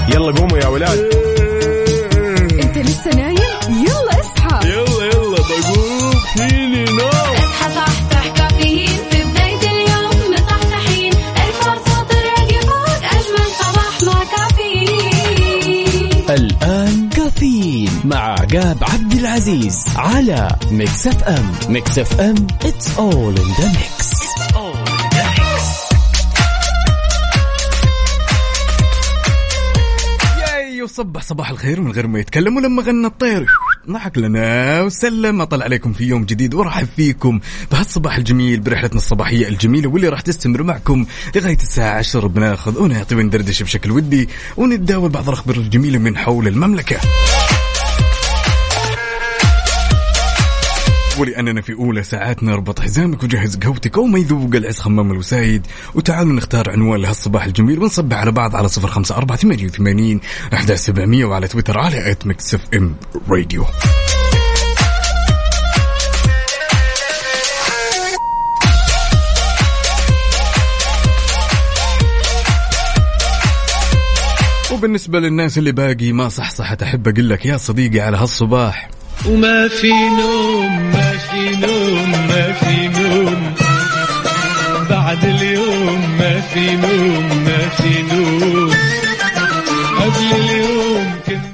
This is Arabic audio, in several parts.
يلا قوموا يا ولاد. انت لسه نايم؟ يلا اصحى. يلا بقوم فيني نوم. اصحى صحصح كافيين في بداية اليوم مصحصحين. الفرصة الراديو فوق أجمل صباح مع كافيين. الآن كافيين مع عقاب عبد العزيز على ميكس اف ام. ميكس اف ام it's all in the mix. صبح صباح الخير من غير ما يتكلم، ولما غنى الطير ضحك لنا وسلم. أطلع عليكم في يوم جديد ورحب فيكم بهالصباح الجميل برحلتنا الصباحية الجميلة واللي راح تستمر معكم لغاية الساعة 10. بناخذ ونعطي وندردش بشكل ودي ونتداول بعض الأخبار الجميلة من حول المملكة. ولأننا في أولى ساعاتنا ربط حزامك وجهز قهوتك وما يذوق العز خمام الوسايد، وتعالوا نختار عنوان لهالصباح الجميل ونصبح على بعض على 0548811700 وعلى تويتر على @mixfmradio. وبالنسبة للناس اللي باقي ما صحصحت أحب أقول لك يا صديقي على هالصباح وما في نوم ما في نوم ما في نوم بعد اليوم ما في نوم ما في نوم قبل اليوم كنا.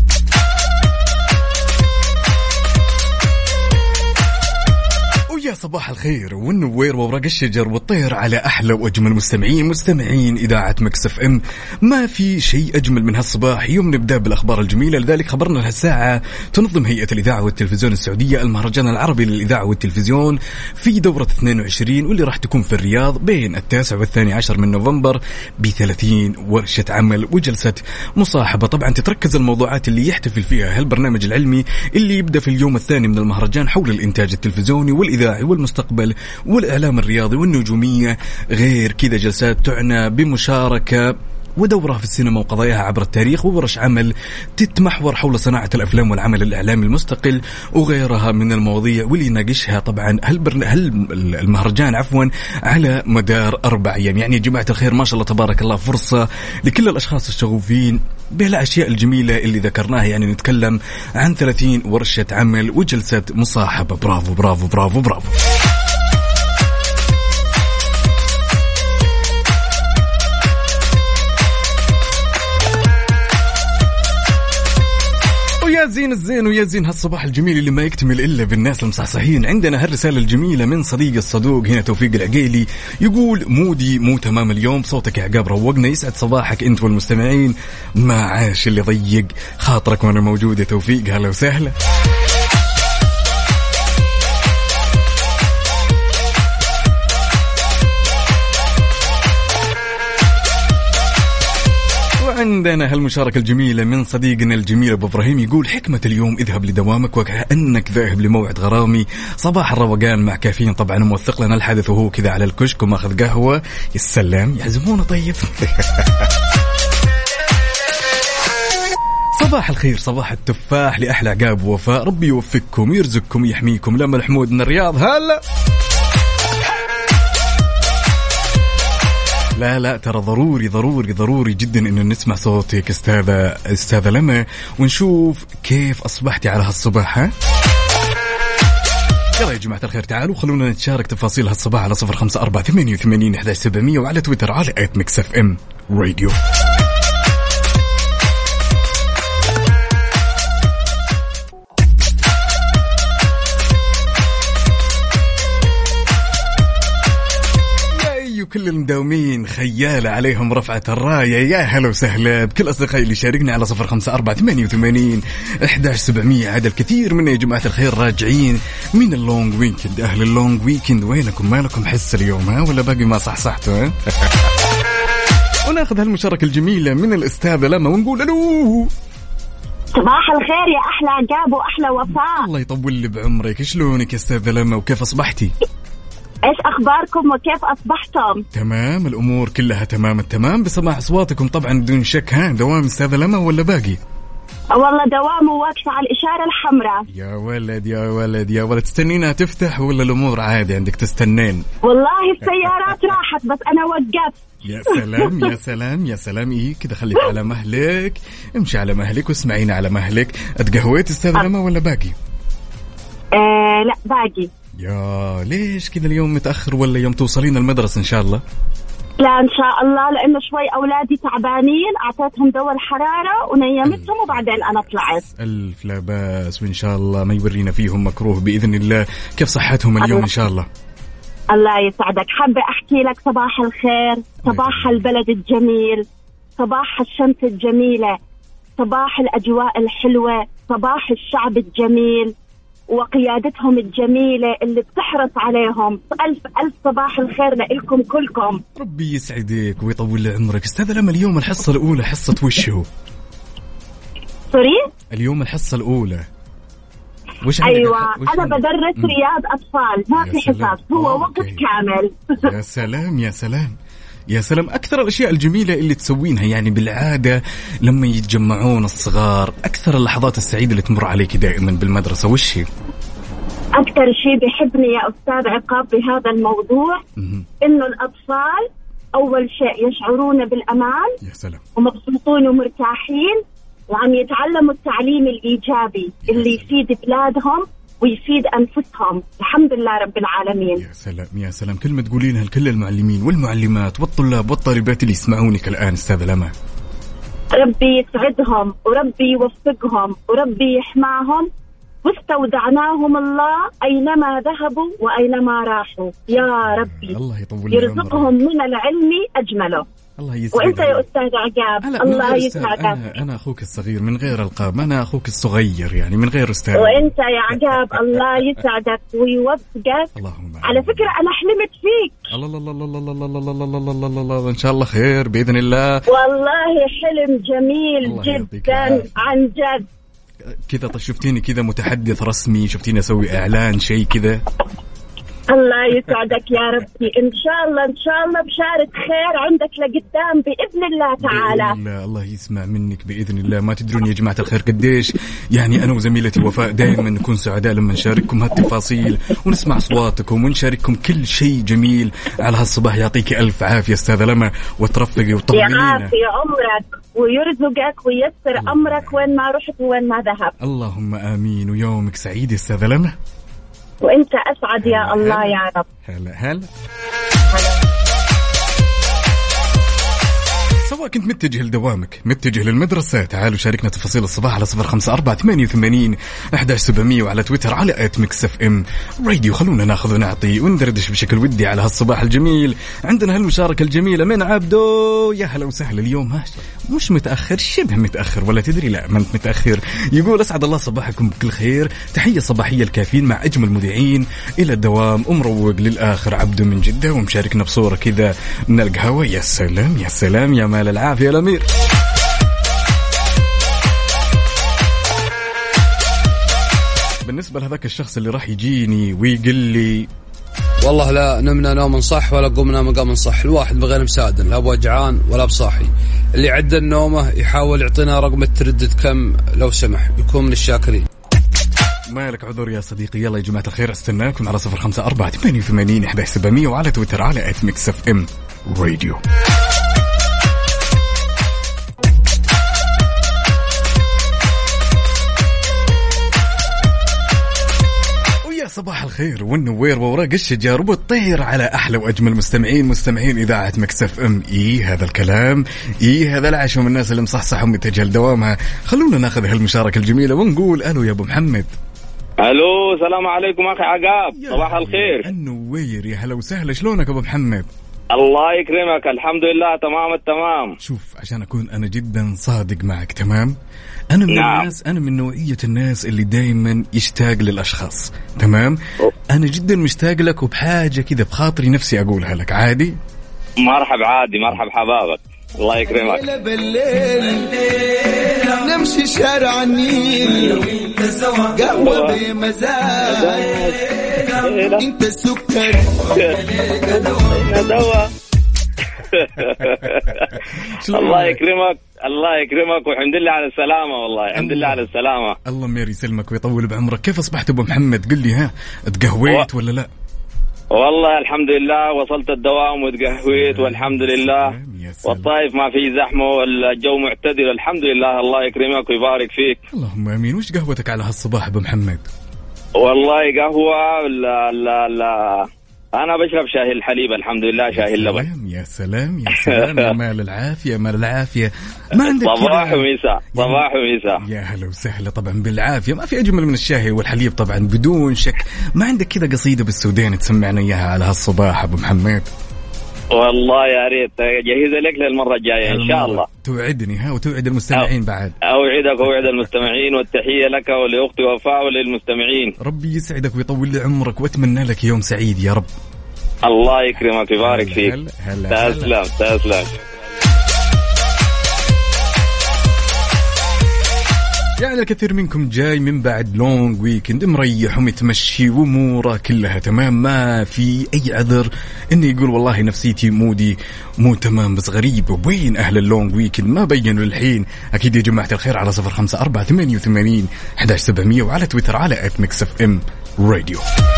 ويا صباح الخير والنوير وورق الشجر والطير على أحلى وأجمل مستمعين إذاعة ميكس اف ام. ما في شيء أجمل من هالصباح يوم نبدأ بالأخبار الجميلة. لذلك خبرنا لهالساعة تنظم هيئة الإذاعة والتلفزيون السعودية المهرجان العربي للإذاعة والتلفزيون في دورة 22 واللي راح تكون في الرياض بين 9 و12 من نوفمبر ب30 ورشة عمل وجلسة مصاحبة. طبعا تتركز الموضوعات اللي يحتفل فيها هالبرنامج العلمي اللي يبدأ في اليوم الثاني من المهرجان حول الإنتاج التلفزيوني والإذاعي والمستقبل والإعلام الرياضي والنجومية. غير كذا جلسات تعنى بمشاركة ودورة في السينما وقضاياها عبر التاريخ وورش عمل تتمحور حول صناعة الأفلام والعمل الإعلامي المستقل وغيرها من المواضيع واللي يناقشها طبعا المهرجان على مدار 4 أيام. يعني يا جماعة الخير ما شاء الله تبارك الله فرصة لكل الأشخاص الشغوفين بالأشياء الجميلة اللي ذكرناها. يعني نتكلم عن 30 ورشة عمل وجلسة مصاحبة. برافو برافو برافو برافو. يا زين الزين ويا زين هالصباح الجميل اللي ما يكتمل إلا بالناس المصحصحين. عندنا هالرسالة الجميلة من صديق الصدوق هنا توفيق العقيلي يقول مودي مو تمام اليوم، صوتك يا عقاب روقنا. يسعد صباحك أنت والمستمعين، ما عاش اللي ضيق خاطرك وانا موجود يا توفيق. هلا وسهلا. عندنا هالمشاركة الجميلة من صديقنا الجميل أبو إبراهيم يقول حكمة اليوم اذهب لدوامك وكأنك ذاهب لموعد غرامي. صباح الروقان مع كافيين طبعا موثق لنا الحدث وهو كذا على الكشك وماخذ قهوة. يسلم يعزمونا طيب. صباح الخير صباح التفاح لأحلى عقاب ووفاء، ربي يوفقكم ويرزقكم ويحميكم. لما الحمود من الرياض هلا. لا ترى ضروري جدا إنه نسمع صوتك أستاذة لما ونشوف كيف أصبحتي على هالصباح. ها يلا يا جماعة الخير تعالوا خلونا نتشارك تفاصيل هالصباح على 0548811700 وعلى تويتر على @mixfmradio. كل المداومين خيالة عليهم رفعة الراية. يا هلا وسهلا بكل أصدقائي اللي شاركنا على 0548811700. عاد الكثير منا يا جماعة الخير راجعين من اللونج ويكند. أهل اللونج ويكند وينكم؟ مالكم حس اليوم ها ولا باقي ما صحصحتوا؟ وناخذ هالمشاركة الجميلة من الأستاذة لما ونقول ألو. صباح الخير يا أحلى عقاب وأحلى وفاء. الله يطول لي بعمرك. شلونك يا أستاذة لما وكيف أصبحتي؟ إيش أخباركم وكيف أصبحتم؟ تمام الأمور كلها تمام التمام بسماع أصواتكم طبعا بدون شك. ها دوام أستاذة لما ولا باقي؟ والله دوام وواقفة على الإشارة الحمراء. يا ولد يا ولد يا ولد، تستنينها تفتح ولا الأمور عادي عندك تستنين؟ والله السيارات راحت بس أنا وقفت. يا سلام يا سلام يا سلام. إيه كده، خليك على مهلك، امشي على مهلك واسمعينا على مهلك. اتقهويت استاذ لما ولا باقي؟ لا باقي. يا ليش كده اليوم متأخر، ولا يوم توصلين المدرسة إن شاء الله؟ لا إن شاء الله، لأنه شوي أولادي تعبانين، أعطيتهم دواء الحرارة ونيمتهم وبعدين أنا طلعت. ألف لا باس، وإن شاء الله ما يورينا فيهم مكروه بإذن الله. كيف صحتهم اليوم إن شاء الله؟ الله يسعدك. حابة أحكي لك صباح الخير، صباح البلد الجميل، صباح الشمس الجميلة، صباح الأجواء الحلوة، صباح الشعب الجميل وقيادتهم الجميلة اللي بتحرص عليهم. ألف ألف صباح الخير لكم كلكم. ربي يسعدك ويطول عمرك. استاذ لما اليوم الحصة الأولى حصة وش هو؟ سوري؟ اليوم الحصة الأولى وش أيوة أنا بدرس رياض أطفال، ما في حساب، هو وقت كامل. يا سلام يا سلام يا سلام. أكثر الأشياء الجميلة اللي تسوينها يعني بالعادة لما يتجمعون الصغار، أكثر اللحظات السعيدة اللي تمر عليك دائما بالمدرسة وش هي؟ أكثر شيء بيحبني يا أستاذ عقاب بهذا الموضوع إنه الأطفال أول شيء يشعرون بالأمان. يا سلام. ومبسوطون ومرتاحين وعم يتعلموا التعليم الإيجابي اللي يفيد بلادهم ويفيد أنفسهم. الحمد لله رب العالمين. يا سلام يا سلام. كلمة تقولينها لكل المعلمين والمعلمات والطلاب والطالبات اللي يسمعونك الآن استاذ لما. ربي يسعدهم وربي يوفقهم وربي يحماهم، واستودعناهم الله أينما ذهبوا وأينما راحوا. يا ربي الله يطول يرزقهم من العلم أجمله. الله يسعدك. وانت يا استاذ عقاب الله يسعدك. انا اخوك الصغير من غير القاب، انا اخوك الصغير يعني من غير استاذ. وانت يا عقاب الله يسعدك ويوفقك. اللهم على فكره انا حلمت فيك. الله الله الله الله الله الله الله الله الله. ان شاء الله خير باذن الله. والله حلم جميل جدا عن جد. كذا شفتيني كذا متحدث رسمي، شفتيني اسوي اعلان شيء كذا. الله يسعدك يا ربي. إن شاء الله إن شاء الله بشارة خير عندك لقدام بإذن الله تعالى. بإذن الله. الله يسمع منك بإذن الله. ما تدرون يا جماعة الخير قديش يعني أنا وزميلتي وفاء دائما نكون سعداء لما نشارككم هالتفاصيل ونسمع أصواتكم ونشارككم كل شيء جميل على هالصباح. يعطيك ألف عافية أستاذة لما، وترفقي وتطمنينا. يعافي عمرك ويرزقك وييسر أمرك وين ما رحت وين ما ذهب. اللهم آمين. ويومك سعيد يا أستاذة لما. وانت اسعد يا الله يا رب. هلا سواء كنت متجه لدوامك متجه للمدرسة، تعالوا شاركنا تفاصيل الصباح على 0548811700 وعلى تويتر على @mixfm راديو. خلونا ناخذ ونعطي وندردش بشكل ودي على هالصباح الجميل. عندنا هالمشاركة الجميلة من عبدو. يا هلا وسهلا. اليوم مش متأخر، شبه متأخر ولا تدري، لا ما انت متأخر. يقول أسعد الله صباحكم بكل خير، تحية صباحية الكافيين مع أجمل مذيعين إلى الدوام، ومروق للآخر. عبدو من جدة ومشاركنا بصورة كذا من القهوة. يا سلام يا سلام يا مال العافية الأمير. بالنسبة لهذاك الشخص اللي راح يجيني ويقول لي والله لا نمنا نوم صح ولا قمنا مقام صح، الواحد بغير مساعد، لا بوجعان ولا بصاحي. اللي عد النومه يحاول يعطينا رقم التردد كم لو سمح، يكون من الشاكرين. مالك عذر يا صديقي. يلا يا جماعة الخير استناكم على 0548811700 وعلى تويتر على @mixfm راديو. صباح الخير والنوير ووراق الشجر والطير على أحلى وأجمل مستمعين إذاعة مكس اف ام. هذا الكلام، هذا العشم من الناس اللي مصحصح ومتجه لدوامها. خلونا ناخذ هالمشاركة الجميلة ونقول ألو يا أبو محمد. ألو السلام عليكم أخي عقاب، صباح الخير. النوير يا هلا وسهلا، شلونك أبو محمد؟ الله يكرمك، الحمد لله تمام التمام. شوف عشان أكون أنا جدا صادق معك، تمام؟ أنا من الناس، أنا من نوعية الناس اللي دايما يشتاق للأشخاص، تمام؟ أنا جدا مشتاق لك وبحاجة كذا بخاطري نفسي أقولها لك. عادي؟ مرحب عادي، مرحب حبابك، الله يكرمك. بالليل نمشي شارع النيل، قهوة بمزاج، انت السكر دواء. الله يكرمك الله يكرمك والحمد لله على السلامة. والله الحمد لله على السلامة. الله مير يسلمك ويطول بعمرك. كيف أصبحت أبو محمد؟ قل لي ها تقهويت ولا لا؟ والله الحمد لله وصلت الدوام وتقهويت والحمد لله. والطائف ما في زحمة والجو معتدل الحمد لله. الله يكرمك ويبارك فيك. اللهم آمين. وش قهوتك على هالصباح أبو محمد؟ والله قهوة لا أنا بشرب شاهي الحليب الحمد لله. شاهي اللبن. يا سلام يا سلام يا مال العافية مال العافية. ما عندك صباح ومساء صباح ومساء. يا هلا وسهلا. طبعا بالعافية. ما في أجمل من الشاهي والحليب طبعا بدون شك. ما عندك كذا قصيدة بالسوداني تسمعنا إياها على هالصباح أبو محمد؟ والله يا ريت جهز لك للمرة الجاية إن شاء الله. توعدني ها وتوعد المستمعين بعد. أوعدك ووعد المستمعين والتحية لك ولأختي وفاء وللمستمعين. ربي يسعدك ويطول لي عمرك وأتمنى لك يوم سعيد يا رب. الله يكرمك ويبارك فيك. تسلم تسلم. يعني الكثير منكم جاي من بعد لونج ويكند مريح ومتمشي واموره كلها تمام ما في اي عذر اني يقول والله نفسيتي مودي مو تمام. بس غريب وين اهل اللونج ويكند ما بينوا للحين. اكيد يا جماعه الخير على 0548811700 وعلى تويتر على @mixfm radio.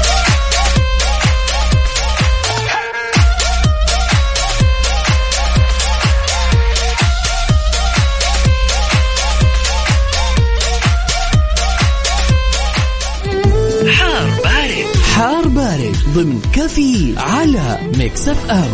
حار بارد ضمن كفي على ميكس اف ام.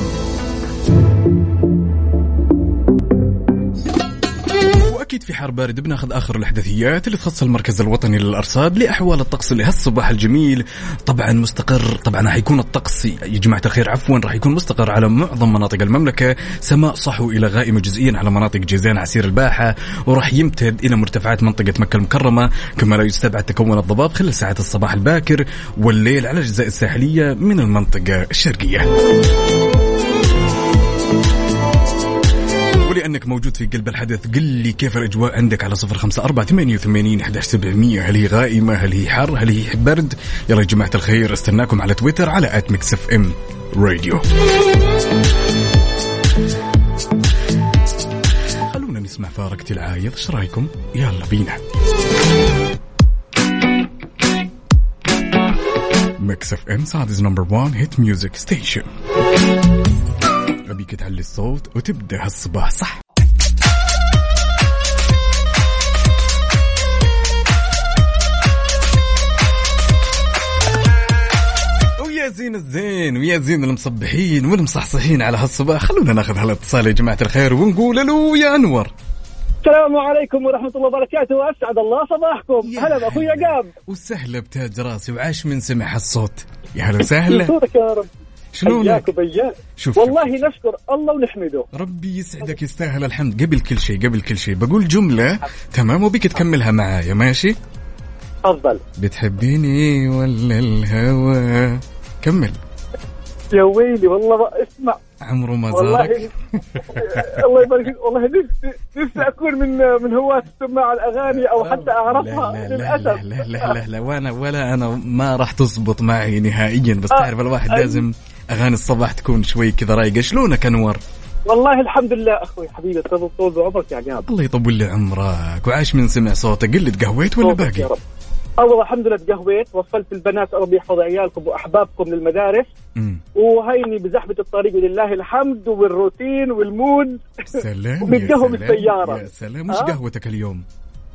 واكيد في حار بارد بناخذ اخر الاحداثيات اللي تخص المركز الوطني للارصاد لاحوال الطقس لهالصباح الجميل. طبعا مستقر. طبعا حيكون الطقس يا جماعه الخير راح يكون مستقر على معظم مناطق المملكه. سماء صحو الى غائمه جزئيا على مناطق جيزان عسير الباحه وراح يمتد الى مرتفعات منطقه مكه المكرمه. كما لا يستبعد تكون الضباب خلال ساعات الصباح الباكر والليل على الأجزاء الساحليه من المنطقه الشرقيه. ولأنك موجود في قلب الحدث قل لي كيف الأجواء عندك على 0548811700. هل هي غائمة؟ هل هي حر؟ هل هي برد؟ يلا يا جماعة الخير استناكم على تويتر على @mixfm radio. خلونا نسمع فارقة العايض. ايش رايكم؟ يلا بينا. Mix FM Saudi's #1 hit music station. أبيك تعلي الصوت وتبدأ هالصباح صح. ويا زين الزين ويا زين المصبحين والمصحصحين على هالصباح. خلونا ناخذ هالاتصال يا جماعة الخير ونقول له يا أنور. السلام عليكم ورحمة الله وبركاته وأسعد الله صباحكم. هلا بأخوي عقاب. وسهلا بتاج راسي وعاش من سمع الصوت. يا هلا وسهلا. صوتك يا رب. شلونك؟ شوف والله نشكر الله ونحمده. ربي يسعدك يستاهل الحمد. قبل كل شيء بقول جملة تمام وبيك تكملها معايا ماشي؟ أفضل. بتحبيني ولا الهوى؟ كمل. يا ويلي والله اسمع عمره ما زارك. الله يبارك. والله نفسي أكون من هواة سماع الأغاني أو حتى أعرفها. للأسف لا ولا أنا ما راح تزبط معي نهائيا. بس تعرف الواحد لازم أغاني الصباح تكون شوي كذا رايقة. شلونك أنور؟ والله الحمد لله أخوي حبيبي. طول بعمرك يا عقاب. الله يطول لي عمرك وعاش من سمع صوتك. قل لي تقهويت ولا باقي؟ أول الحمد لله تقهويت. وصلت البنات ربي يحفظ عيالكم وأحبابكم للمدارس. وهيني بزحمة الطريق ولله الحمد والروتين والمود. سلام. ومدهم السيارة. يا سلام. وش قهوتك اليوم؟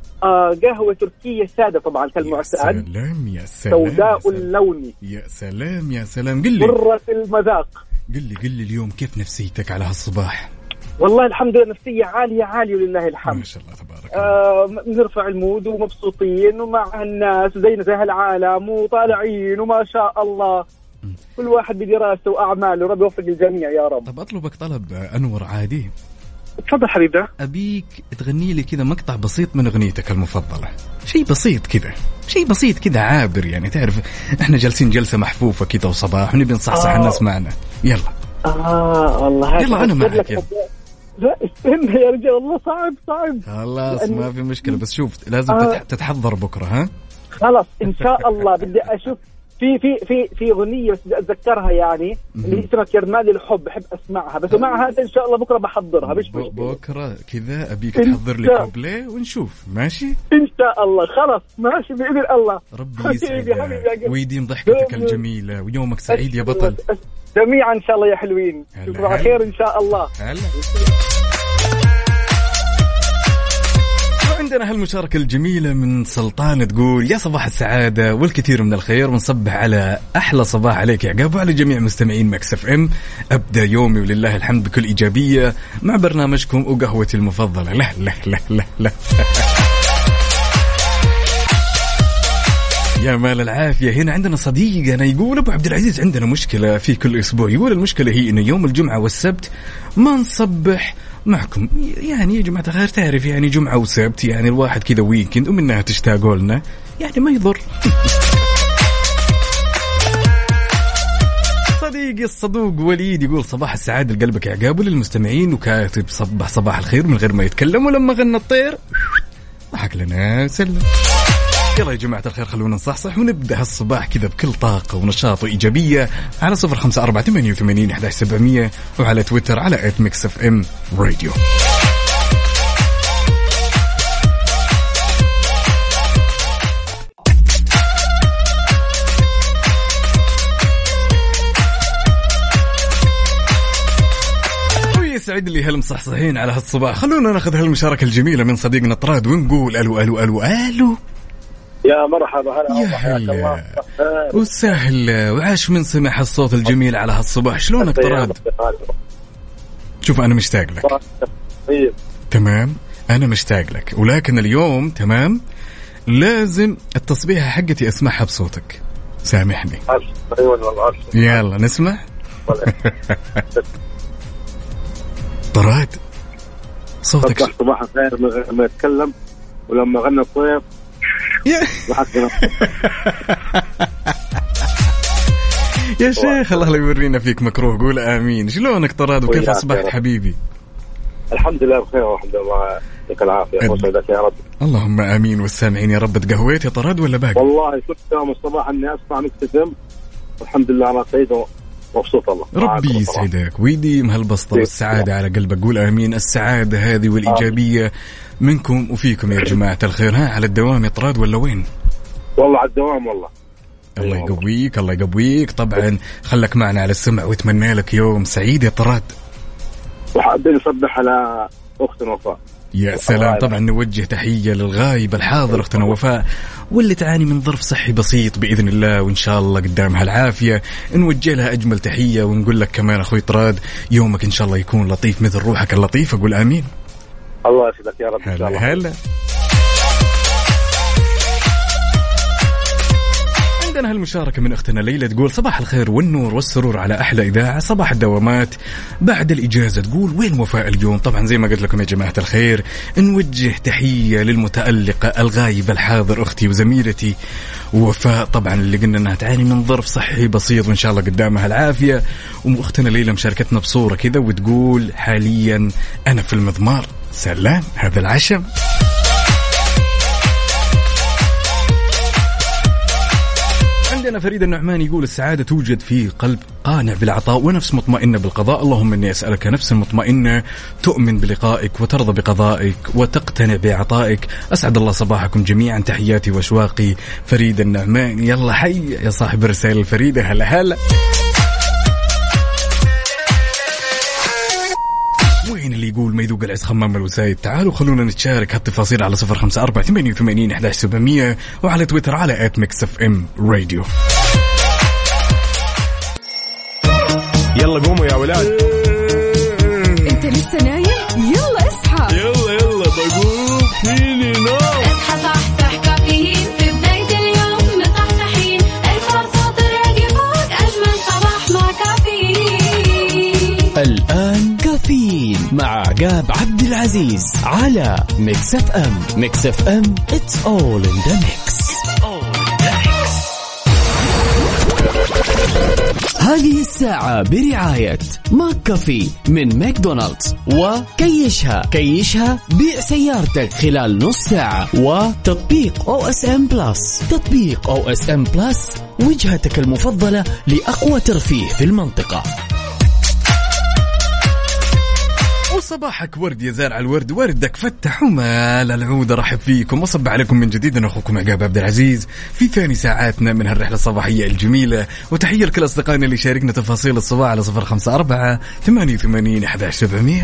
قهوة تركية سادة طبعا كالمعتاد. سلام يا سلام. سوداء اللون. يا سلام يا سلام. قل لي مرة المذاق. قل لي اليوم كيف نفسيتك على هالصباح؟ والله الحمد لله نفسية عالية ولله الحمد. ما شاء الله تبارك الله. نرفع المود ومبسوطين ومع الناس زينا زي هالعالم وطالعين وما شاء الله. كل واحد بدراسته وأعماله. ربي يوفق الجميع يا رب. طب أطلبك طلب أنور عادي. تفضل حبيبي. أبيك تغني لي كذا مقطع بسيط من أغنيتك المفضلة. شيء بسيط كذا عابر يعني. تعرف إحنا جالسين جلسة محفوفة كذا وصباح ونبي نصحصح الناس معنا. يلا. والله يلا أنا معك. يلا. لا استنى يا رجال والله صعب. خلاص ما في مشكلة. بس شوف لازم تتحضر بكرة ها. خلاص إن شاء الله. بدي أشوف في اغنيه بس بدي اتذكرها يعني اللي اسمها كرمال الحب، بحب اسمعها بس مع هذا ان شاء الله بكره بحضرها. مش بكره كذا ابيك تحضر لي كوبليه ونشوف. ماشي ان شاء الله. خلاص ماشي باذن الله. ربي يسعدك ويديم ضحكتك الجميله ويومك سعيد يا بطل جميعا ان شاء الله يا حلوين. تصبحوا على خير ان شاء الله. هلا. عندنا هالمشاركة الجميلة من سلطان تقول يا صباح السعادة والكثير من الخير، ونصبح على أحلى صباح عليك يا عقاب وعلى جميع مستمعين مكس اف ام. أبدأ يومي ولله الحمد بكل إيجابية مع برنامجكم وقهوتي المفضلة. لا لا لا لا لا يا مال العافية. هنا عندنا صديقنا يقول أبو عبد العزيز عندنا مشكلة في كل أسبوع. يقول المشكلة هي إنه يوم الجمعة والسبت ما نصبح معكم. يعني يا جماعة الخير تعرف يعني جمعة وسبت يعني الواحد كذا ويكند ومنها تشتاقوا لنا يعني ما يضر. صديقي الصدوق وليد يقول صباح السعادة لقلبك يا عقاب وللمستمعين، وكاتب صباح الخير من غير ما يتكلم، ولما غنى الطير ضحك لنا وسلم. يلا يا جماعة الخير خلونا نصحصح ونبدأ هالصباح كذا بكل طاقة ونشاط وإيجابية على 0548811700 وعلى تويتر على @mixfmradio. يسعد لي هالمصحصحين على هالصباح. خلونا ناخذ هالمشاركة الجميلة من صديقنا طراد ونقول ألو ألو ألو ألو. يا مرحبا. يا هلا وسهلا وعاش من سمع الصوت الجميل على هالصباح. شلونك طراد؟ شوف أنا مشتاق لك. تمام أنا مشتاق لك، ولكن اليوم تمام لازم التصبيحة حقتي أسمعها بصوتك. سامحني. يلا نسمع. طراد صوتك صباح الخير من غير ما يتكلم، ولما غنى الطير يا شيخ الله لا يورينا فيك مكروه. قول آمين. شلونك طراد وكيف أصبحت حبيبي؟ الحمد لله بخير والحمد لله يعطيك العافية وسعدك يا رب. اللهم آمين والسامعين يا رب. تقهويت يا طراد ولا باقي؟ والله كل يوم الصباح إني أسمع مكتسم والحمد لله أنا سعيد مبسوط. الله ربي يسعدك ويديم هالبسطة والسعادة على قلبك. قول آمين. السعادة هذه والإيجابية منكم وفيكم يا جماعة الخير. ها على الدوام يا طراد ولا وين؟ والله على الدوام والله. الله يقويك الله يقويك. طبعا خلك معنا على السمع واتمنى لك يوم سعيد يا طراد. وحابين نصبح على أختنا وفاء. يا سلام. طبعا نوجه تحية للغايب الحاضر أختنا وفاء واللي تعاني من ظرف صحي بسيط بإذن الله وإن شاء الله قدامها العافية. نوجه لها أجمل تحية ونقول لك كمان أخوي طراد يومك إن شاء الله يكون لطيف مثل روحك اللطيفة. قول آمين. الله يسعدك يا رب. إن شاء الله. هلا. عندنا هالمشاركة من أختنا ليلى تقول صباح الخير والنور والسرور على أحلى إذاعة صباح الدوامات بعد الإجازة. تقول وين وفاء اليوم؟ طبعا زي ما قلت لكم يا جماعة الخير نوجه تحية للمتألقة الغايبة الحاضر أختي وزميلتي وفاء طبعا اللي قلنا أنها تعاني من ظرف صحي بسيط وإن شاء الله قدامها العافية. وأختنا ليلى مشاركتنا بصورة كذا وتقول حاليا أنا في المضمار. سلام هذا العشم. عندنا فريد النعمان يقول السعادة توجد في قلب قانع بالعطاء ونفس مطمئنة بالقضاء. اللهم إني أسألك نفس مطمئنة تؤمن بلقائك وترضى بقضائك وتقتنع بعطائك. أسعد الله صباحكم جميعا. تحياتي وأشواقي فريد النعمان. يلا حي يا صاحب الرسالة الفريدة. هلا هلا. وين اللي يقول ما يذوق العز خمام الوسايد؟ تعالوا خلونا نتشارك هالتفاصيل على 0548811700 وعلى تويتر على @mixfmradio. يلا قوموا يا ولاد. انت لسه نايم؟ يلا اصحى. يلا بقوم فيني نوم. اصحى صحصح كافيين في بداية اليوم مصحصحين الفرصة الراديو فوق أجمل صباح مع كافيين. الآن كافيين مع عقاب عبد العزيز على ميكس اف ام. ميكس اف ام it's all in the mix. هذه الساعة برعاية ماك كافي من ماكدونالدز، وكيشها بيع سيارتك خلال نص ساعة، وتطبيق OSM بلس. تطبيق OSM بلس وجهتك المفضلة لأقوى ترفيه في المنطقة. وصباحك ورد يا زارع الورد، وردك فتح ومال العود. رحب فيكم وصب عليكم من جديد، أنا أخوكم عقاب عبد العزيز في ثاني ساعاتنا من هالرحلة الصباحية الجميلة. وتحية لكل أصدقائنا اللي شاركنا تفاصيل الصباح على 0548811700.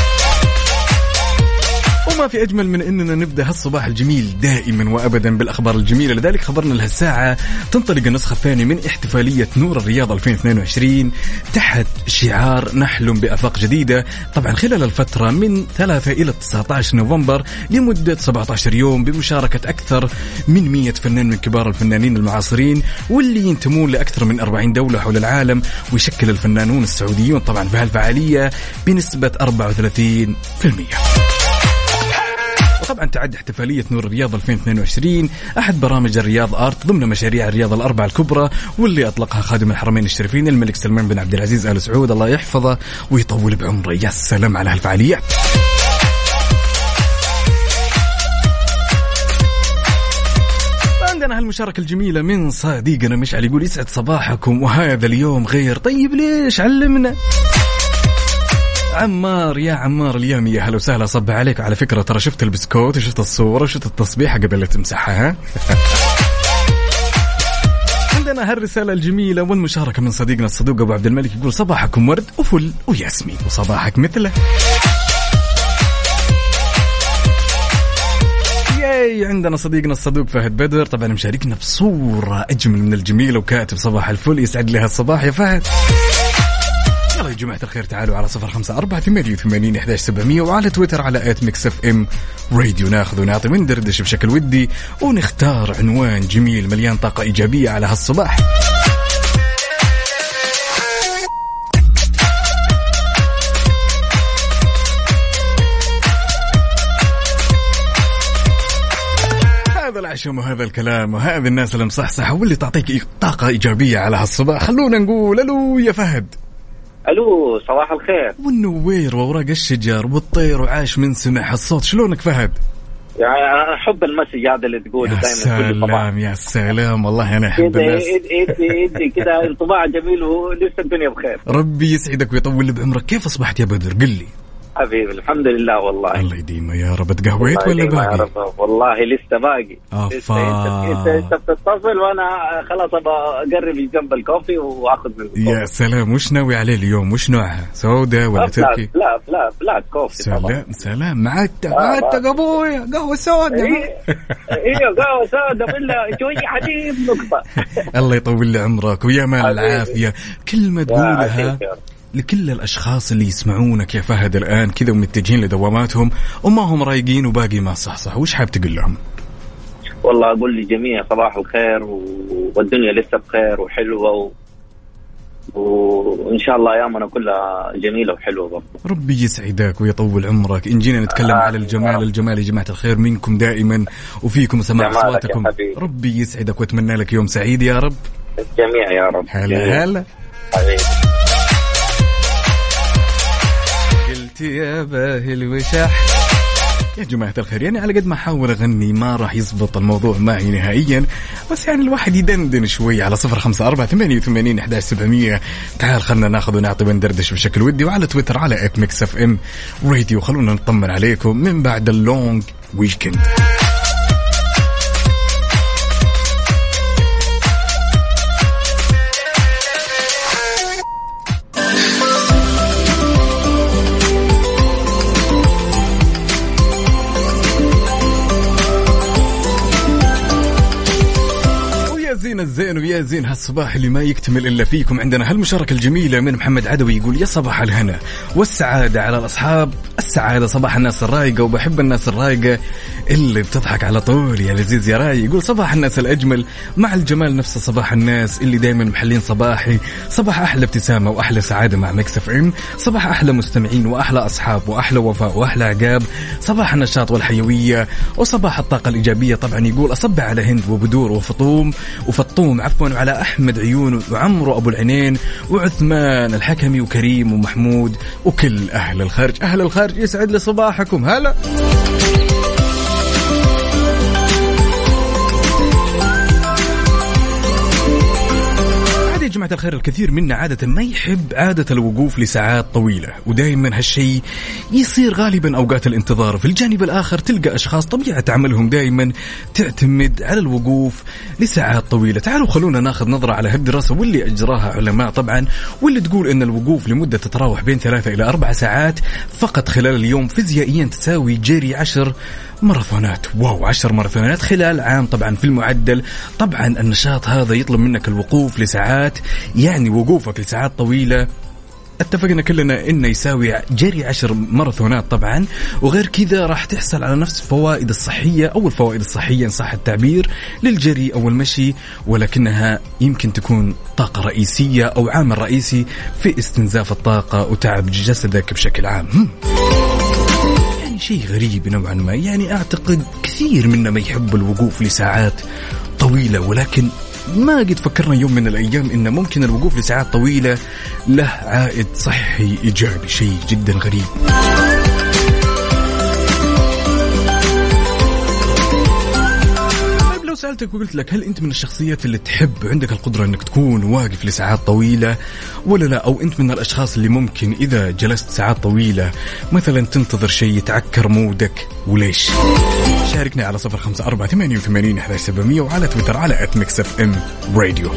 وما في أجمل من أننا نبدأ هالصباح الجميل دائما وأبدا بالأخبار الجميلة. لذلك خبرنا لهالساعة تنطلق النسخة الثانية من احتفالية نور الرياض 2022 تحت شعار نحلم بآفاق جديدة، طبعا خلال الفترة من 3 إلى 19 نوفمبر لمدة 17 يوم، بمشاركة أكثر من 100 فنان من كبار الفنانين المعاصرين واللي ينتمون لأكثر من 40 دولة حول العالم. ويشكل الفنانون السعوديون طبعا في هالفعالية بنسبة 34%. طبعا تعد احتفالية نور الرياض 2022 أحد برامج الرياض آرت ضمن مشاريع الرياض الأربعة الكبرى، واللي أطلقها خادم الحرمين الشريفين الملك سلمان بن عبد العزيز آل سعود الله يحفظه ويطول بعمره. يا سلام على هالفعاليات. عندنا هالمشاركة الجميلة من صديقنا مشعل يقول يسعد صباحكم وهذا اليوم غير. طيب ليش؟ علمنا. عمار، يا عمار اليوم يا هلا وسهلا، صب عليك. على فكرة ترى شفت البسكوت وشفت الصورة وشفت التصبيحة قبل لا تمسحها. عندنا هالرسالة الجميلة والمشاركة من صديقنا الصدوق أبو عبد الملك يقول صباحكم ورد وفل وياسمين وصباحك مثله. ياي عندنا صديقنا الصدوق فهد بدر طبعا مشاركنا بصورة أجمل من الجميلة وكاتب صباح الفل. يسعد لها الصباح يا فهد. يلا يا جماعة الخير تعالوا على 0548811700 وعلى تويتر على @mixfmradio. ناخذ ونعطي وندردش بشكل ودي ونختار عنوان جميل مليان طاقة إيجابية على هالصباح. هذا العشم وهذا الكلام وهذا الناس اللي مصحصحة واللي تعطيك طاقة إيجابية على هالصباح. خلونا نقول ألو يا فهد. ألو صباح الخير. والنوير وأوراق الشجر والطير وعاش من سمع الصوت. شلونك فهد؟ يعني أنا أحب المسج هذا اللي تقوله دائما كل صباح. يا سلام والله أنا أحب الناس إدي كذا انطباع جميل ولسه الدنيا بخير. ربي يسعدك ويطول بعمرك. كيف أصبحت يا بدر؟ قل لي. حبيبي الحمد لله والله. الله يديمه يا رب. تقهويت ولا باقي؟ والله لسه باقي. انت بتتصل وانا خلاص اقرب جنب الكوفي واخذ منه. يا سلام. وش ناوي عليه اليوم؟ وش نوعها؟ سودا ولا تركي؟ لا كوفي. سلام معك ابويا قهوه سودا. ايوه قهوه سودا بالله شويه حليب نقطه. الله يطول لي عمرك ويا مال العافيه. كلمه تقولها لكل الأشخاص اللي يسمعونك يا فهد الآن كذا ومتجهين لدواماتهم وما هم رايقين وباقي ما صح. وش حاب تقول لهم؟ والله أقول للجميع صباح الخير والدنيا لسه بخير وحلوة وإن شاء الله أيامنا كلها جميلة وحلوة برضه. ربي يسعدك ويطول عمرك. إن جينا نتكلم على الجمال الجمال يا جماعة الخير منكم دائما وفيكم سماع أصواتكم. ربي يسعدك وأتمنى لك يوم سعيد يا رب. الجميع يا رب. هلا يا باهي الوشاح. يا جماعة الخير يعني على قد ما أحاول أغني ما راح يزبط الموضوع معي نهائيا، بس يعني الواحد يدندن شوي على 0548811700. تعال خلنا ناخذ ونعطي وندردش بشكل ودي وعلى تويتر على @mixfmradio. خلونا نطمن عليكم من بعد اللونج ويكند. الزين ويا زين هالصباح اللي ما يكتمل إلا فيكم. عندنا هالمشاركة الجميلة من محمد عدوي يقول يا صباح الهنا والسعادة على الأصحاب. السعادة صباح الناس الرايقة وبحب الناس الرايقة اللي بتضحك على طول يا لذيذ يا راي. يقول صباح الناس الأجمل مع الجمال نفسه صباح الناس اللي دايما محلين صباحي. صباح أحلى ابتسامة وأحلى سعادة مع ميكس اف ام. صباح أحلى مستمعين وأحلى أصحاب وأحلى وفاء وأحلى عقاب. صباح النشاط والحيوية وصباح الطاقة الإيجابية. طبعا يقول أصب على هند وبدور وفطوم بطوم عفوا، وعلى أحمد عيون وعمرو أبو العينين وعثمان الحكمي وكريم ومحمود وكل أهل الخارج. أهل الخارج يسعد لي صباحكم. هلا يا جماعة الخير، الكثير منا عادة ما يحب عادة الوقوف لساعات طويلة، ودائما هالشيء يصير غالبا أوقات الانتظار. في الجانب الآخر تلقى أشخاص طبيعة عملهم دائما تعتمد على الوقوف لساعات طويلة. تعالوا خلونا ناخذ نظرة على هالدراسة واللي أجراها علماء طبعا، واللي تقول أن الوقوف لمدة تتراوح بين 3 إلى 4 ساعات فقط خلال اليوم فيزيائيا تساوي جري 10 ماراثونات. واو، 10 ماراثونات خلال عام. طبعا في المعدل طبعا النشاط هذا يطلب منك الوقوف لساعات، يعني وقوفك لساعات طويلة اتفقنا كلنا انه يساوي جري 10 ماراثونات طبعا. وغير كذا راح تحصل على نفس الفوائد الصحية او الفوائد الصحية ان صح التعبير للجري او المشي، ولكنها يمكن تكون طاقة رئيسية او عامل رئيسي في استنزاف الطاقة وتعب جسدك بشكل عام. شيء غريب نوعا ما. يعني أعتقد كثير منا ما يحب الوقوف لساعات طويلة، ولكن ما قد فكرنا يوم من الأيام إن ممكن الوقوف لساعات طويلة له عائد صحي إيجابي. شيء جدا غريب. لو سألتك وقلت لك هل أنت من الشخصيات اللي تحب عندك القدرة أنك تكون واقف لساعات طويلة ولا لا، أو أنت من الأشخاص اللي ممكن إذا جلست ساعات طويلة مثلا تنتظر شيء يتعكر مودك، وليش؟ شاركنا على 0548811700 وعلى تويتر على @mixfmradio.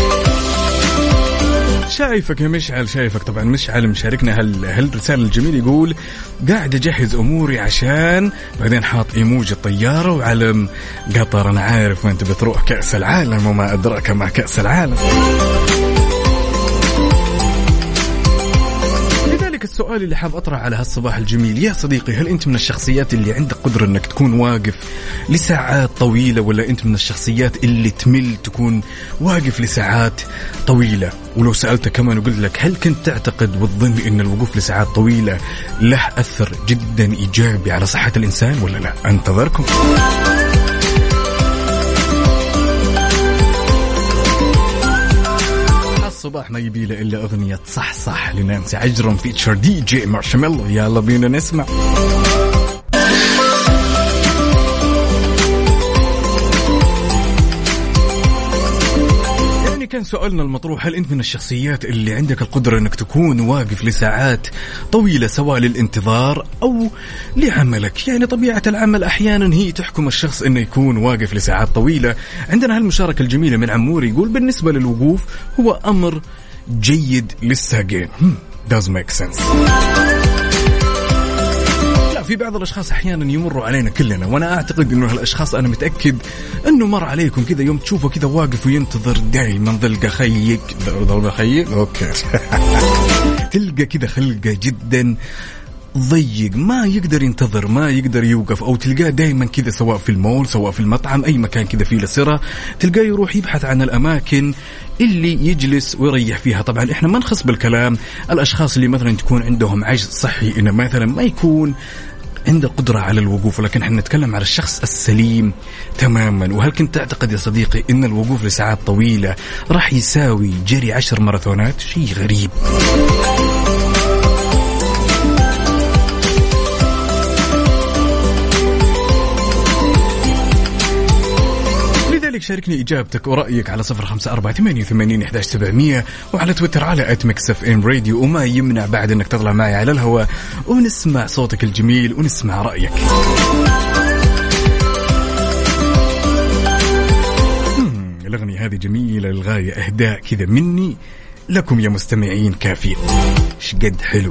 شايفك يا مشعل، شايفك طبعا مشعل مشاركنا هالرسالة الجميل، يقول قاعد أجهز أموري عشان بعدين حاط إيموجي الطيارة وعلم قطر. أنا عارف وأنت بتروح كأس العالم وما أدراك مع كأس العالم. السؤال اللي حاب أطرح على هالصباح الجميل يا صديقي، هل أنت من الشخصيات اللي عندك قدرة أنك تكون واقف لساعات طويلة، ولا أنت من الشخصيات اللي تمل تكون واقف لساعات طويلة؟ ولو سألتك كمان وقلت لك هل كنت تعتقد وتظن أن الوقوف لساعات طويلة له أثر جدا إيجابي على صحة الإنسان ولا لا؟ أنتظركم. الصباح ما يبي له إلا أغنية صح صح لنانسي عجرم فيتشر دي جي مارشميلو. يلا بينا نسمع. كان سؤالنا المطروح، هل أنت من الشخصيات اللي عندك القدرة أنك تكون واقف لساعات طويلة سواء للانتظار أو لعملك؟ يعني طبيعة العمل أحيانا هي تحكم الشخص أنه يكون واقف لساعات طويلة. عندنا هالمشاركة الجميلة من عمور، يقول بالنسبة للوقوف هو أمر جيد للساقين. does make sense. في بعض الأشخاص أحيانا يمروا علينا كلنا، وأنا أعتقد أنه هالأشخاص أنا متأكد أنه مر عليكم كذا يوم تشوفه كذا واقف وينتظر دائما ظلقة خيك أوكي تلقى كذا خلقة جدا ضيق، ما يقدر ينتظر، ما يقدر يوقف، أو تلقاه دائما كذا سواء في المول سواء في المطعم أي مكان كذا فيه لسرة، تلقاه يروح يبحث عن الأماكن اللي يجلس ويريح فيها. طبعا إحنا ما نخص بالكلام الأشخاص اللي مثلا تكون عندهم عجز صحي، إنه مثلا ما يكون عنده قدرة على الوقوف، ولكن احنا نتكلم على الشخص السليم تماما. وهل كنت تعتقد يا صديقي ان الوقوف لساعات طويلة راح يساوي جري 10 ماراثونات؟ شيء غريب. شاركني إجابتك ورأيك على 0548811700 وعلى تويتر على @mixfmradio. وما يمنع بعد أنك تطلع معي على الهواء ونسمع صوتك الجميل ونسمع رأيك. الأغنية هذه جميلة للغاية، إهداء كذا مني لكم يا مستمعين كافية. شقد حلو.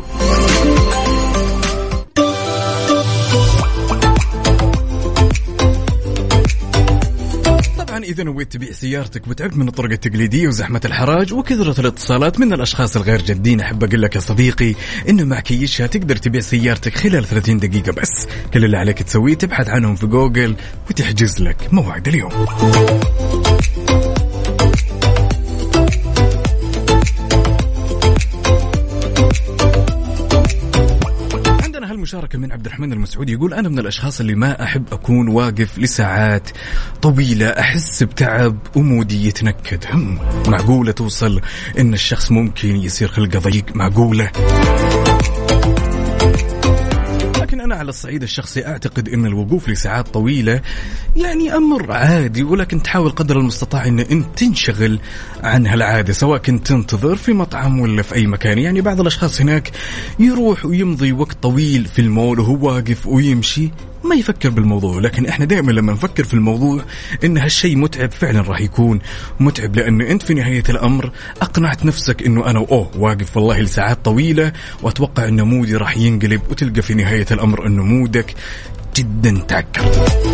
إذا نويت تبيع سيارتك وتعبت من الطرق التقليدية وزحمة الحراج وكثرة الاتصالات من الأشخاص الغير جادين، أحب أقول لك يا صديقي إنه مع كيشها تقدر تبيع سيارتك خلال 30 دقيقة بس. كل اللي عليك تسويه تبحث عنهم في جوجل وتحجز لك موعد اليوم. مشاركة من عبد الرحمن المسعودي يقول أنا من الأشخاص اللي ما أحب أكون واقف لساعات طويلة، أحس بتعب ومودي يتنكد. معقولة توصل إن الشخص ممكن يصير خلقه ضيق؟ معقولة؟ لكن أنا على الصعيد الشخصي أعتقد أن الوقوف لساعات طويلة يعني أمر عادي، ولكن تحاول قدر المستطاع أن أنت تنشغل عن هالعادة، سواء كنت تنتظر في مطعم ولا في أي مكان. يعني بعض الأشخاص هناك يروح ويمضي وقت طويل في المول وهو واقف ويمشي ما يفكر بالموضوع، لكن احنا دائما لما نفكر في الموضوع ان هالشيء متعب، فعلا راح يكون متعب، لان انت في نهاية الامر اقنعت نفسك انه انا واقف والله لساعات طويلة، واتوقع ان مودي راح ينقلب، وتلقى في نهاية الامر انه مودك جدا تعكر.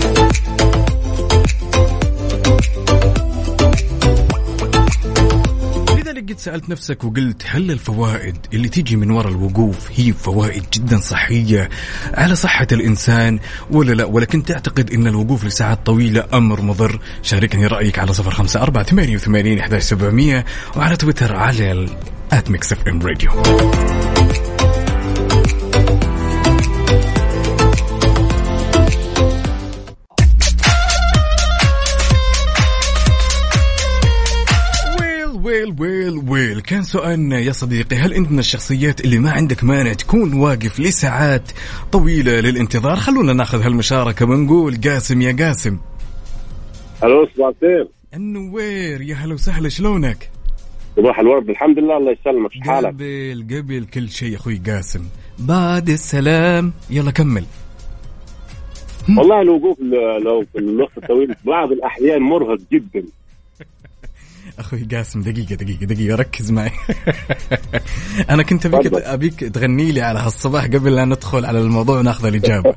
قد سألت نفسك وقلت هل الفوائد اللي تيجي من وراء الوقوف هي فوائد جدا صحية على صحة الإنسان ولا لا؟ ولكن تعتقد أن الوقوف لساعات طويلة أمر مضر؟ شاركني رأيك على 0548811700 وعلى تويتر على @mixfmradio. ويل كان سؤالنا يا صديقي، هل انت من الشخصيات اللي ما عندك مانع تكون واقف لساعات طويلة للانتظار؟ خلونا ناخذ هالمشاركة ونقول قاسم. يا قاسم. الو صباح الخير. النوير، يا هلا وسهلا، شلونك؟ صباح الورد، الحمد لله، الله يسلمك، شو حالك؟ قبل كل شيء اخوي قاسم، بعد السلام، يلا كمل. والله الوقوف لو في الوقت الطويل بعض الأحيان مرهق جدا. أخوي قاسم دقيقة ركز معي. أنا كنت أبيك تغني لي على هالصباح قبل لا ندخل على الموضوع وناخذ الإجابة.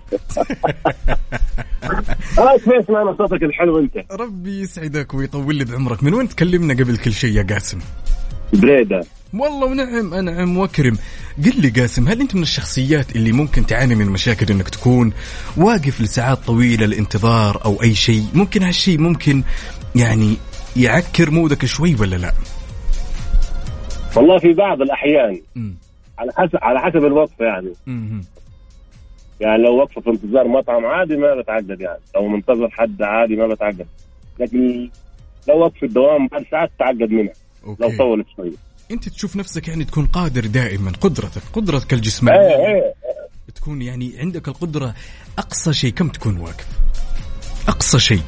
كيف معنا صوتك الحلو أنت؟ ربي يسعدك ويطول لي بعمرك. من وين تكلمنا قبل كل شيء يا قاسم؟ بريدة. والله ونعم، أنعم وكرم. قل لي قاسم، هل أنت من الشخصيات اللي ممكن تعاني من مشاكل إنك تكون واقف لساعات طويلة الانتظار أو أي شيء؟ ممكن هالشيء ممكن يعني يعكر مودك شوي ولا لا؟ والله في بعض الأحيان على حسب الوقفة يعني. يعني لو وقفة في انتظار مطعم عادي ما بتعقد، يعني لو منتظر حد عادي ما بتعقد، لكن لو وقف الدوام بعد ساعات تعقد منها. أوكي. لو طولت شوي. أنت تشوف نفسك يعني تكون قادر دائما، قدرتك الجسمانية تكون يعني عندك القدرة أقصى شيء كم تكون واقف؟ أقصى شيء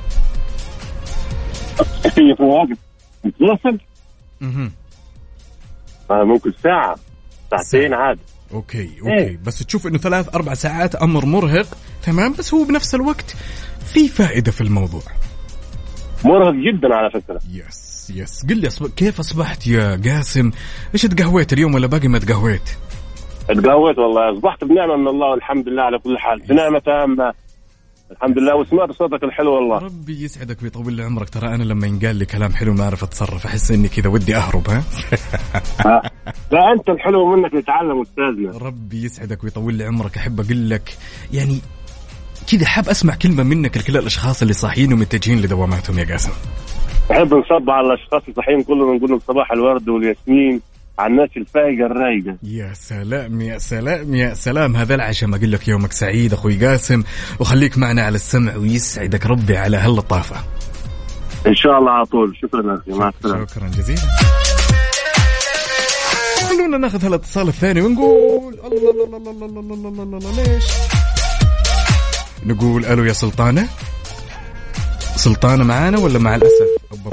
واقف متواصل ممكن ساعة ساعتين عادي. أوكي. بس تشوف إنه 3-4 ساعات أمر مرهق، تمام، بس هو بنفس الوقت في فائدة في الموضوع. مرهق جدا على فكرة. يس قل لي كيف أصبحت يا قاسم؟ إيش تقهويت اليوم ولا باقي ما تقهويت؟ تقهويت والله، أصبحت بنعمة من الله والحمد لله على كل حال، بنعمة تامة الحمد لله، وسمعت صوتك الحلو والله. ربي يسعدك ويطول لي عمرك. ترى أنا لما ينقال لي كلام حلو ما أعرف أتصرف، أحس إني كذا ودي أهرب. لا أنت الحلو منك نتعلم أستاذنا. ربي يسعدك ويطول لي عمرك. أحب أقول لك يعني كذا، حاب أسمع كلمة منك لكل الأشخاص اللي صاحيين ومتجهين لدواماتهم يا قاسم. أحب نصب على الأشخاص الصحيين كلهم، نقول لهم صباح الورد والياسمين على الناس الفايقة الرايقة. يا سلام هذا العشاء. ما أقول لك يومك سعيد أخوي قاسم، وخليك معنا على السمع ويسعدك ربي على هاللطافة إن شاء الله على طول. شكرا أخي، مع السلامة. شكرا جزيلا. خلونا ناخذ هالاتصال الثاني ونقول الله ليش نقول ألو يا سلطانة معانا ولا مع الأسف؟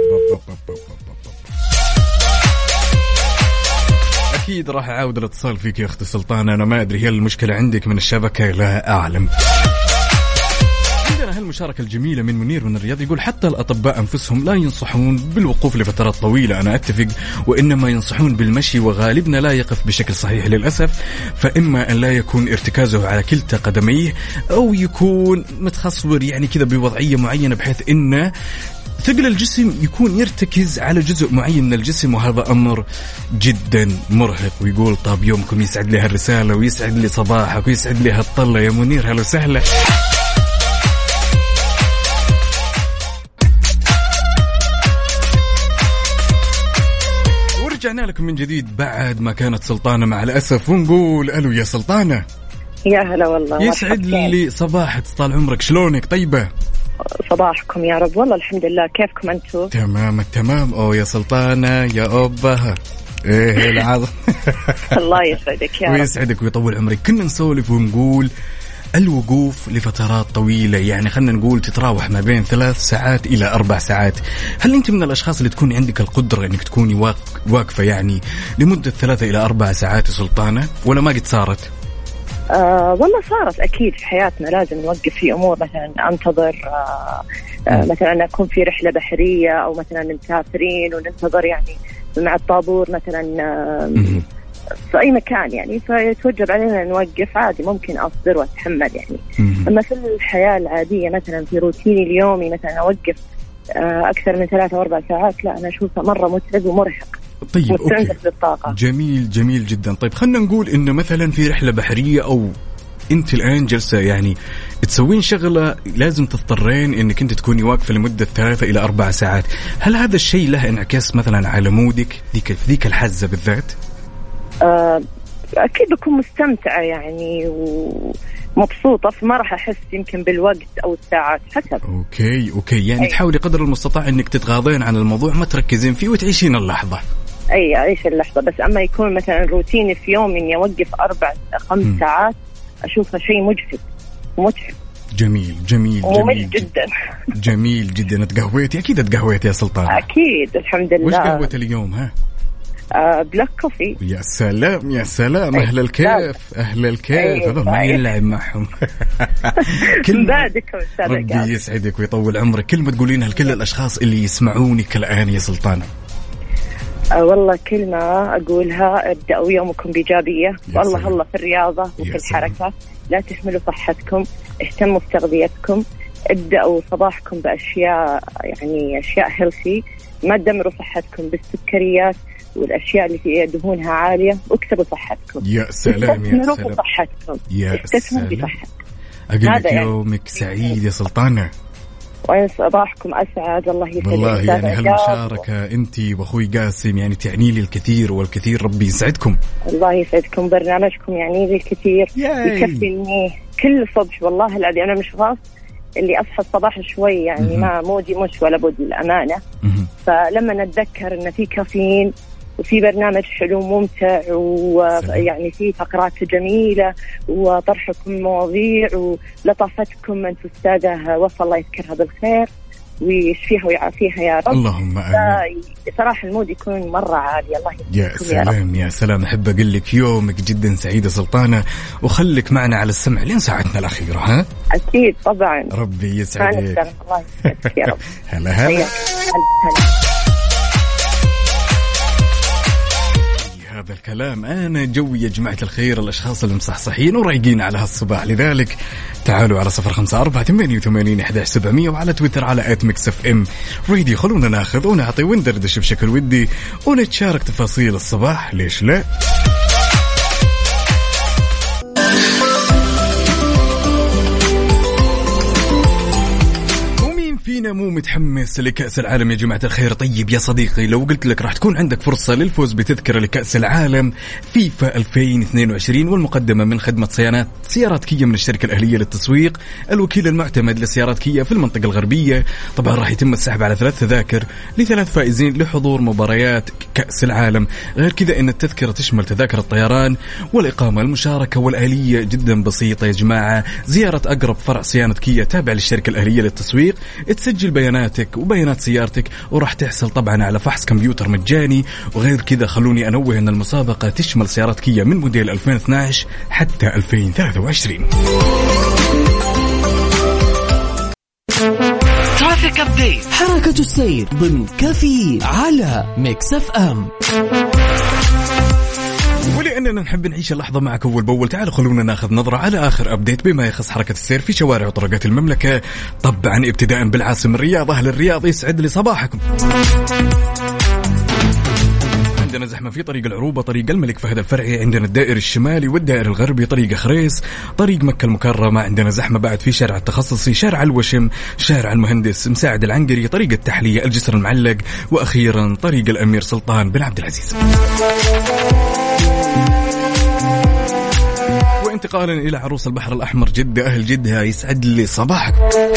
أكيد راح أعاود الاتصال فيك يا أختي سلطانة. أنا ما أدري هي المشكلة عندك من الشبكة، لا أعلم. عندنا هالمشاركة الجميلة من منير من الرياض، يقول حتى الأطباء أنفسهم لا ينصحون بالوقوف لفترات طويلة. أنا أتفق، وإنما ينصحون بالمشي، وغالبنا لا يقف بشكل صحيح للأسف، فإما أن لا يكون ارتكازه على كلتا قدميه أو يكون متخصور يعني كذا بوضعية معينة بحيث إنه ثقل الجسم يكون يرتكز على جزء معين من الجسم، وهذا أمر جدا مرهق. ويقول طاب يومكم، يسعد لي هالرسالة ويسعد لي صباحك ويسعد لي هالطلة يا منير، هلا وسهلا. ورجعنا لكم من جديد بعد ما كانت سلطانة مع الأسف، ونقول ألو يا سلطانة. يا هلا والله. يسعد لي صباحك، طال عمرك، شلونك؟ طيبة؟ صباحكم يا رب. والله الحمد لله، كيفكم أنتم؟ تمام التمام. أو يا سلطانة يا أبها. إيه العظم. الله يسعدك يا رب ويسعدك ويطول عمرك. كنا نسولف ونقول الوقوف لفترات طويلة، يعني خلنا نقول تتراوح ما بين 3 ساعات إلى 4 ساعات. هل أنت من الأشخاص اللي تكون عندك القدرة أنك تكوني واقفة يعني لمدة 3 إلى 4 ساعات يا سلطانة، ولا ما قد صارت؟ والله صارت أكيد في حياتنا، لازم نوقف في أمور، مثلا أنتظر مثلا أكون في رحلة بحرية، أو مثلا مسافرين وننتظر يعني مع الطابور مثلا في أي مكان يعني، فيتوجب علينا نوقف. عادي ممكن أصبر وأتحمل يعني. أما في الحياة العادية مثلا في روتيني اليومي مثلا أوقف أكثر من 3 أو 4 ساعات، لا أنا أشوفها مرة متعب ومرهق. طيب أوكي. جميل جميل جدا. طيب خلنا نقول إنه مثلا في رحلة بحرية، أو أنت الآن جلسة يعني تسوين شغلة لازم تضطرين إنك أنت تكوني واقفة لمدة 3 إلى 4 ساعات، هل هذا الشيء له انعكاس مثلا على مودك ذيك الحزة بالذات؟ أكيد بكون مستمتعة يعني ومبسوطة، فما راح أحس يمكن بالوقت أو الساعات حسب. أوكي يعني تحاولي قدر المستطاع إنك تتغاضين عن الموضوع، ما تركزين فيه وتعيشين اللحظة. أعيش اللحظة بس. أما يكون مثلا روتيني في يوم إني أوقف 4 5 ساعات، أشوفها شيء مجهد ومتعب. جميل جدا. جميل جدا. تقهويتي؟ أكيد تقهويتي يا سلطان. أكيد الحمد لله. وش قهوة اليوم ها؟ بلاك كوفي. يا سلام يا سلام. أهل الكيف أهل الكيف. هذا ما يلعب معهم. بعدكم ربي يسعدك ويطول عمرك. كلمة تقولينها لكل الأشخاص اللي يسمعونك الآن يا سلطانة؟ والله كلمة أقولها: ابدأوا يومكم بإيجابية، والله الله في الرياضة وفي الحركة، لا تهملوا صحتكم، اهتموا بتغذيتكم، ابدأوا صباحكم بأشياء يعني أشياء هيلثي، ما تدمروا صحتكم بالسكريات والأشياء اللي فيها دهونها عالية، واكسبوا صحتكم. يا سلام يا سلام. صحتكم. يا سلام. أقول لك يومك سعيد يا سلطانة، وين صباحكم أسعد. الله يسعدك. والله يعني هالمشاركة أنت وأخوي قاسم يعني تعني لي الكثير والكثير. ربي يسعدكم. الله يسعدكم. برنامجكم يعني لي الكثير، يكفيني كل صبح. والله العظيم أنا مش خاص اللي أصحى الصباح شوي يعني ما مودي مش ولا بد الأمانة. فلما نتذكر إن في كافيين وفي برنامج حلو ممتع ويعني في فقرات جميلة وطرحكم مواضيع ولطافتكم أنتم السادة، وصل الله يذكرها بالخير ويشفيها ويعافيها يا رب. اللهم آمين. صراحة المود يكون مرة عالي. الله يا سلام يا سلام. أحب أقول لك يومك جدا سعيدة سلطانة، وخليك معنا على السمع لين ساعتنا الأخيرة. ها أكيد طبعا. ربي يسعدك. الله يسعدك يا رب. هلا هذا الكلام. أنا جوي يا جماعة الخير، الأشخاص اللي مصحصحين ورايقين على هالصباح. لذلك تعالوا على 0548811700 وعلى تويتر على @mixfm راديو. خلونا ناخذ ونعطي وندردش بشكل ودي ونتشارك تفاصيل الصباح، ليش لا؟ فينا مو متحمس لكأس العالم يا جماعة الخير؟ طيب يا صديقي، لو قلت لك راح تكون عندك فرصة للفوز بتذكرة لكأس العالم فيفا 2022 والمقدمة من خدمة سيارات كيا من الشركة الأهلية للتسويق، الوكيل المعتمد لسيارات كيا في المنطقة الغربية. طبعا راح يتم السحب على 3 تذاكر ل3 فائزين لحضور مباريات كأس العالم. غير كذا إن التذكرة تشمل تذاكر الطيران والإقامة. المشاركة والآلية جدا بسيطة يا جماعة: زيارة أقرب فرع صيانة كيا تابع للشركة الأهلية للتسويق، تسجل بياناتك وبيانات سيارتك وراح تحصل طبعا على فحص كمبيوتر مجاني. وغير كذا خلوني أنوه أن المسابقة تشمل سيارات كيا من موديل 2012 حتى 2023. ترافيك أبديت، حركة السير ضمن كافيين على ميكس اف ام. ولأننا نحب نعيش اللحظة معك أول بأول، تعالوا خلونا ناخذ نظرة على آخر أبديت بما يخص حركة السير في شوارع وطرقات المملكة، طبعا ابتداء بالعاصمة الرياض. أهل الرياض يسعد لي صباحكم. عندنا زحمة في طريق العروبة، طريق الملك فهد الفرعي، عندنا الدائري الشمالي والدائري الغربي، طريق خريس، طريق مكة المكرمة. عندنا زحمة بعد في شارع التخصصي، شارع الوشم، شارع المهندس مساعد العنقري، طريق التحلية، الجسر المعلق، وأخيرا طريق الأمير سلطان بن عبد العزيز. انتقالا إلى عروس البحر الأحمر جدة، أهل جدة يسعد لي صباحك.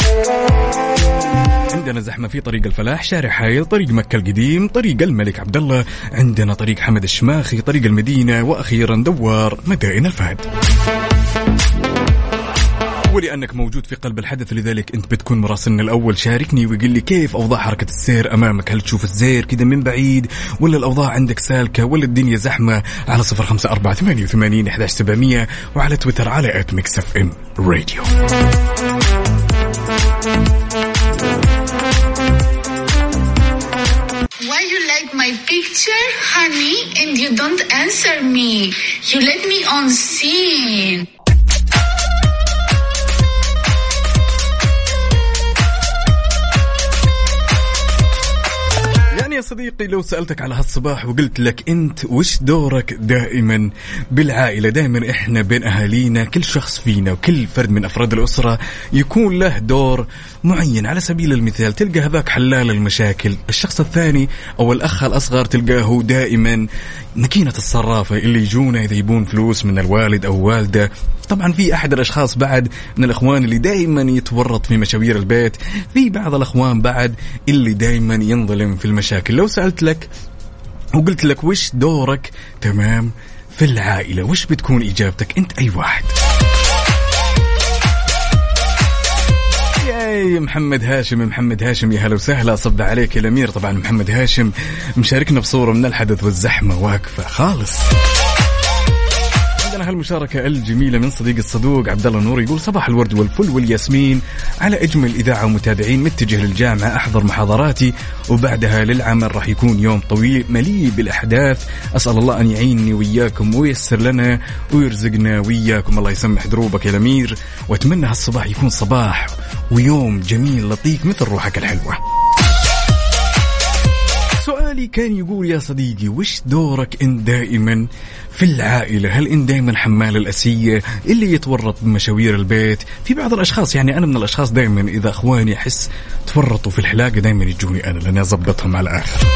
عندنا زحمة في طريق الفلاح، شارع حايل، طريق مكة القديم، طريق الملك عبدالله، عندنا طريق حمد الشماخي، طريق المدينة، وأخيرا دوار مدائن الفهد. ولأنك موجود في قلب الحدث لذلك أنت بتكون مراسلنا الأول. شاركني وقل لي كيف أوضاع حركة السير أمامك، هل تشوف الزير كده من بعيد ولا الأوضاع عندك سالكة ولا الدنيا زحمة؟ على 0548811700 وعلى تويتر على @mixfmradio. Why you like my picture, honey, and you don't answer me? You let me on scene. يا صديقي لو سألتك على هالصباح وقلت لك أنت وش دورك دائما بالعائلة؟ دائما إحنا بين أهالينا، كل شخص فينا وكل فرد من أفراد الأسرة يكون له دور معين. على سبيل المثال تلقى هذاك حلال المشاكل، الشخص الثاني أو الأخ الأصغر تلقاه دائما ماكينة الصرافة اللي يجونا إذا يبون فلوس من الوالد أو والده. طبعا في أحد الأشخاص بعد من الأخوان اللي دائما يتورط في مشاوير البيت، في بعض الأخوان بعد اللي دائما ينظلم في المشاكل. لو سألت لك وقلت لك وش دورك تمام في العائلة، وش بتكون إجابتك أنت؟ أي واحد. يا محمد هاشم يا هلا وسهلا، صب عليك يا الأمير. طبعا محمد هاشم مشاركنا بصورة من الحدث والزحمة واقفة خالص. عندنا هالمشاركة الجميلة من صديق الصدوق عبد الله نور، يقول صباح الورد والفل والياسمين على أجمل إذاعة ومتابعين، متجه للجامعة أحضر محاضراتي وبعدها للعمل، راح يكون يوم طويل مليء بالأحداث، أسأل الله أن يعيني وياكم وييسر لنا ويرزقنا وياكم، الله يسمح دروبك يا الأمير، وأتمنى هالصباح يكون صباح ويوم جميل لطيف مثل روحك الحلوة. سؤالي كان يقول يا صديقي وش دورك انت دائما في العائلة؟ هل انت دائما حمال الأسية اللي يتورط بمشاوير البيت؟ في بعض الأشخاص، يعني أنا من الأشخاص دائما إذا أخواني أحس تورطوا في الحلاقة دائما يجوني أنا لأني أضبطهم على الآخر.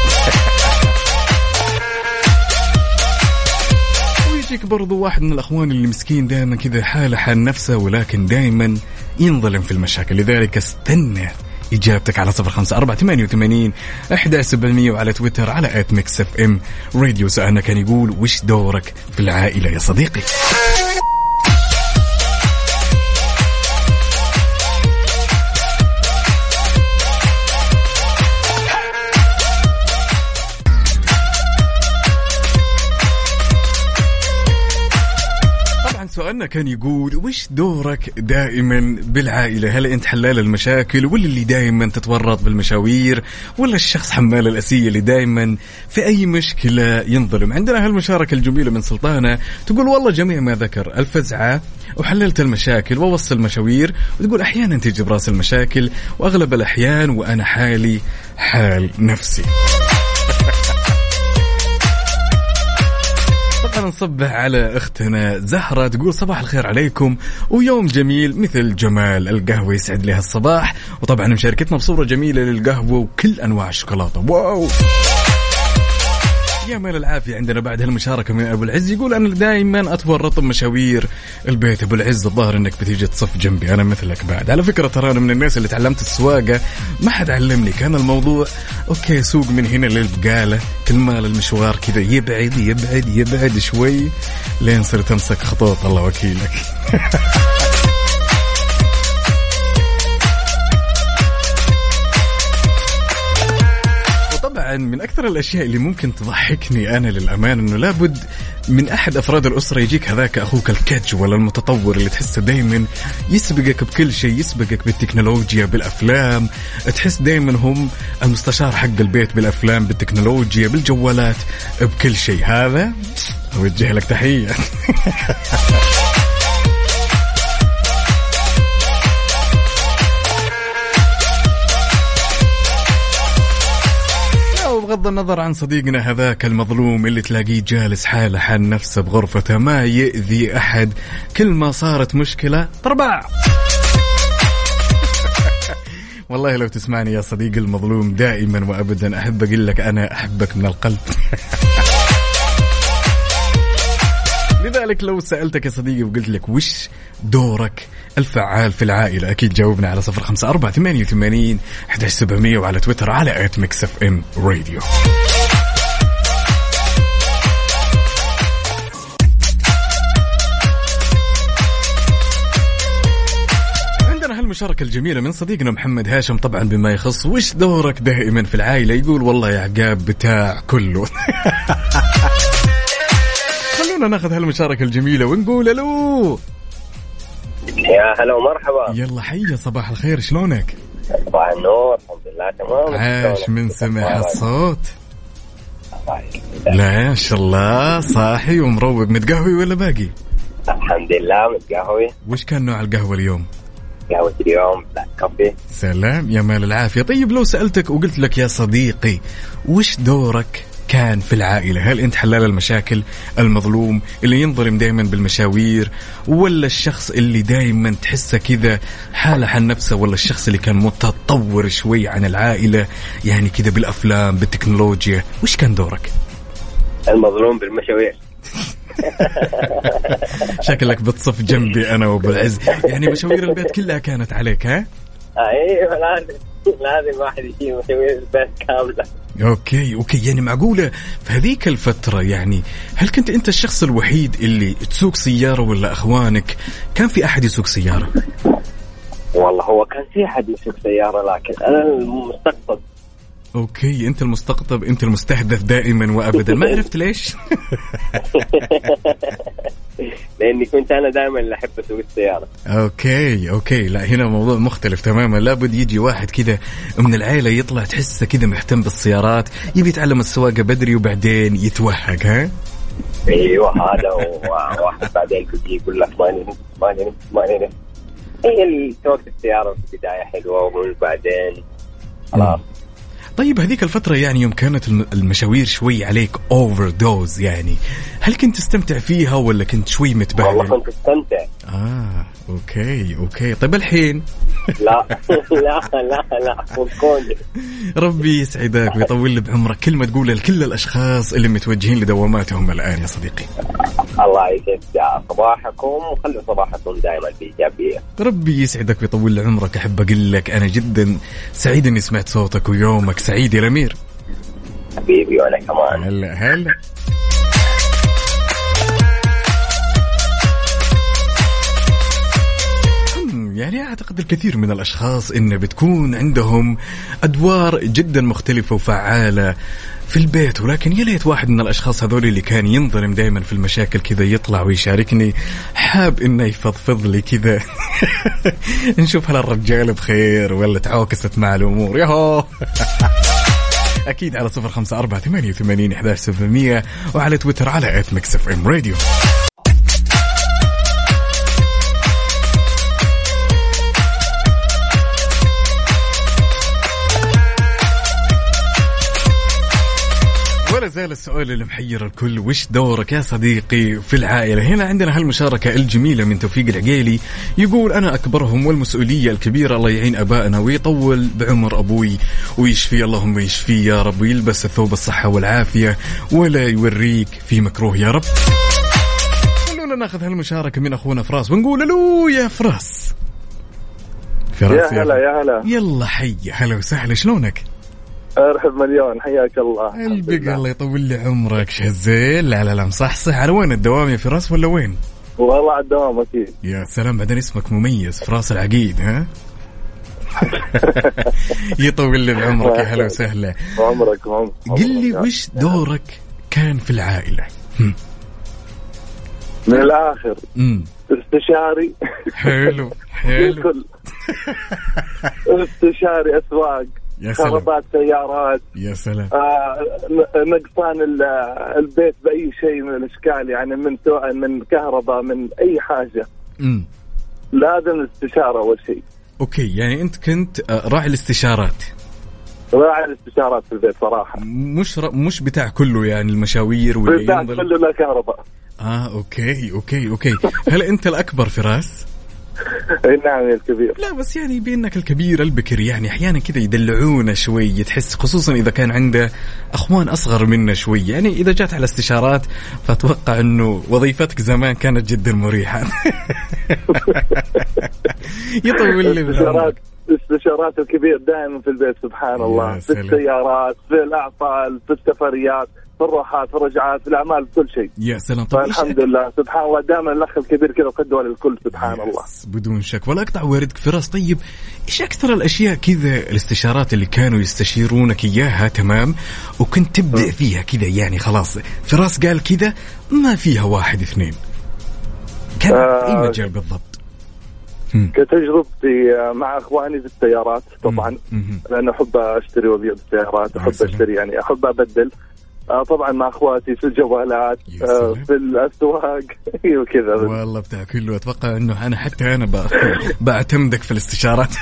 ويجيك برضو واحد من الأخوان اللي مسكين دائما كذا حاله حال نفسه ولكن دائما ينظلم في المشاكل، لذلك استنى إجابتك على 0548811700 وعلى تويتر على @mixfmradio. سألنا كان يقول وش دورك في العائلة يا صديقي؟ سؤالنا كان يقول وش دورك دائما بالعائلة؟ هل أنت حلال المشاكل ولا اللي دائما تتورط بالمشاوير ولا الشخص حمال الأسية اللي دائما في أي مشكلة ينظلم؟ عندنا هالمشاركة الجميلة من سلطانة تقول والله جميع ما ذكر الفزعة وحللت المشاكل ووصل المشاوير، وتقول أحيانا تيجي براس المشاكل وأغلب الأحيان وأنا حالي حال نفسي. طبعا نصبح على اختنا زهرة تقول صباح الخير عليكم ويوم جميل مثل جمال القهوة، يسعد لها الصباح. وطبعا مشاركتنا بصورة جميلة للقهوة وكل أنواع الشوكولاتة، واو يا مال العافية. عندنا بعد هالمشاركة من أبو العز يقول أنا دائما أتورط بمشاوير البيت. أبو العز الظاهر أنك بتيجي تصف جنبي، أنا مثلك بعد على فكرة. ترى أنا من الناس اللي تعلمت السواقة ما حد علمني، كان الموضوع أوكي سوق من هنا للبقالة، كل ما المشوار كذا يبعد يبعد يبعد شوي لين صرت أمسك خطوط، الله وكيلك. طبعا من أكثر الأشياء اللي ممكن تضحكني أنا للأمان أنه لابد من أحد أفراد الأسرة يجيك هذاك أخوك الكاتش ولا المتطور اللي تحسه دايما يسبقك بكل شيء، يسبقك بالتكنولوجيا بالأفلام، تحس دايما هم المستشار حق البيت بالأفلام بالتكنولوجيا بالجوالات بكل شيء. هذا أوجه لك تحية. بغض النظر عن صديقنا هذاك المظلوم اللي تلاقيه جالس حاله حال نفسه بغرفته ما يأذي أحد، كل ما صارت مشكلة طربع. والله لو تسمعني يا صديقي المظلوم دائما وأبدا أحب أقول لك أنا أحبك من القلب. لذلك بالك لو سألتك يا صديقي وقلت لك وش دورك الفعال في العائلة؟ أكيد جاوبنا على 0548811700 وعلى تويتر على @mixfmradio. المشاركة الجميلة من صديقنا محمد هاشم طبعا بما يخص وش دورك دائما في العائلة. يقول والله يا عقاب بتاع كله. خلونا ناخذ هالمشاركة الجميلة ونقول الو. يا هلا ومرحبا. يلا حيا صباح الخير، شلونك؟ صباح النور، الحمد لله تمام. عاش من سمع الصوت. لا ما شاء الله صاحي ومروق. متقهوي ولا باقي؟ الحمد لله متقهوي. وش كان نوع القهوة اليوم؟ قهوة اليوم بلاك كوفي. سلام يا مال العافية. طيب لو سألتك وقلت لك يا صديقي وش دورك كان في العائلة؟ هل أنت حلال المشاكل، المظلوم اللي ينظلم دائما بالمشاوير، ولا الشخص اللي دائما تحسه كذا حاله عن نفسه، ولا الشخص اللي كان متطور شوي عن العائلة يعني كذا بالأفلام بالتكنولوجيا؟ وش كان دورك؟ المظلوم بالمشاوير. شكلك بتصف جنبي أنا وبالعز، يعني مشاوير البيت كلها كانت عليك ها؟ أيوة لازم واحد يشيل مشاوير البيت كاملة. أوكي يعني معقولة في هذيك الفترة يعني هل كنت أنت الشخص الوحيد اللي تسوق سيارة ولا أخوانك كان في أحد يسوق سيارة؟ والله هو كان في أحد يسوق سيارة لكن أنا المستقطب. أوكي أنت المستقطب، أنت المستهدف دائما وأبدا. ما عرفت ليش؟ لأني كنت أنا دائما اللي أحب أسوق السيارة. أوكي لا هنا موضوع مختلف تماما. لابد يجي واحد كذا من العائلة يطلع تحسه كذا مهتم بالسيارات، يبي يتعلم السواقة بدري وبعدين يتوهق. ها أيوة هذا. وواحد بعدين يقول لك ما نفس هي اللي سوقت السيارة في البداية حلوة وبعدين خلاص. طيب هذيك الفترة يعني يوم كانت المشاوير شوي عليك اوفر دوز، يعني هل كنت تستمتع فيها ولا كنت شوي متبهدل؟ والله كنت استمتع. اوكي طيب الحين؟ لا ربي يسعدك ويطول لي بعمرك. كلمة تقولها لكل الأشخاص اللي متوجهين لدواماتهم الآن يا صديقي؟ الله يسعد صباحكم وخلوا صباحكم دائما بإيجابية. ربي يسعدك ويطول لي عمرك. أحب أقول لك أنا جدا سعيد إني سمعت صوتك ويومك سعيد يا الأمير حبيبي. وأنا كمان. هلا يعني أعتقد الكثير من الأشخاص إنه بتكون عندهم أدوار جدا مختلفة وفعالة في البيت، ولكن يا ليت واحد من الأشخاص هذول اللي كان ينظلم دائما في المشاكل كذا يطلع ويشاركني، حاب إنه يفضفض لي كذا. نشوف هل الرجال بخير ولا تعاكست مع الأمور. ياهو. أكيد على 0548811700 وعلى تويتر على @mixfmradio. ولا زال السؤال اللي محير الكل، وش دورك يا صديقي في العائلة؟ هنا عندنا هالمشاركة الجميلة من توفيق العقيلي، يقول أنا أكبرهم والمسؤولية الكبيرة، الله يعين أبائنا ويطول بعمر أبوي ويشفي، اللهم يشفي يا رب، ويلبس الثوب الصحة والعافية ولا يوريك في مكروه يا رب. خلونا ناخذ هالمشاركة من أخونا فراس ونقول له يا فراس. يا هلا. يلا حي هلا وسهلا، شلونك؟ ارحب مليون، حياك الله. قلبي الله يطول لي عمرك. شهزين لا مصحصح. على وين الدوام يا فراس ولا وين؟ والله على الدوام اكيد. يا سلام، بعدين اسمك مميز فراس العقيد. ها. يطول لي بعمرك. يا هلا وسهلا. عمرك. قل لي وش دورك كان في العائلة؟ من الآخر استشاري. حلو استشاري أسواق، خرابات سيارات. يا سلام. نقصان البيت بأي شيء من الأشكال، يعني من كهرباء من أي حاجة. لازم الاستشارة أول شيء. أوكي، يعني أنت كنت راعي الاستشارات. راعي الاستشارات في البيت صراحة. مش بتاع كله يعني المشاوير بتاع كله لا كهرباء. أوكي. هل أنت الأكبر فراس؟ نعم يا الكبير. لا بس يعني بينك الكبير البكر يعني أحيانا كذا يدلعونا شوي، تحس خصوصا إذا كان عنده أخوان أصغر منا شوي. يعني إذا جات على استشارات فأتوقع أنه وظيفتك زمان كانت جدا مريحة. يطول لي استشارات الكبير دائما في البيت سبحان الله، في السيارات، في الأعطال، في السفريات، في الراحات، في الرجعات، في الأعمال، في كل شيء. يا سلام. الحمد لله سبحان الله دائما الأخ الكبير كذا قدوة للكل سبحان الله. بدون شك. ولا أقطع واردك فراس، طيب إيش أكثر الأشياء كذا الاستشارات اللي كانوا يستشيرونك إياها تمام وكنت تبدأ فيها كذا يعني خلاص فراس قال كذا ما فيها واحد اثنين، كان أي مجال بالضبط؟ كتجربتي مع اخواني في السيارات طبعا، لانه احب اشتري وابيع بالسيارات، احب اشتري يعني احب ابدل. طبعا مع اخواتي في الجوالات، في الاسواق وكذا. والله بتاع كله. اتوقع انه انا حتى انا بعتمدك في الاستشارات.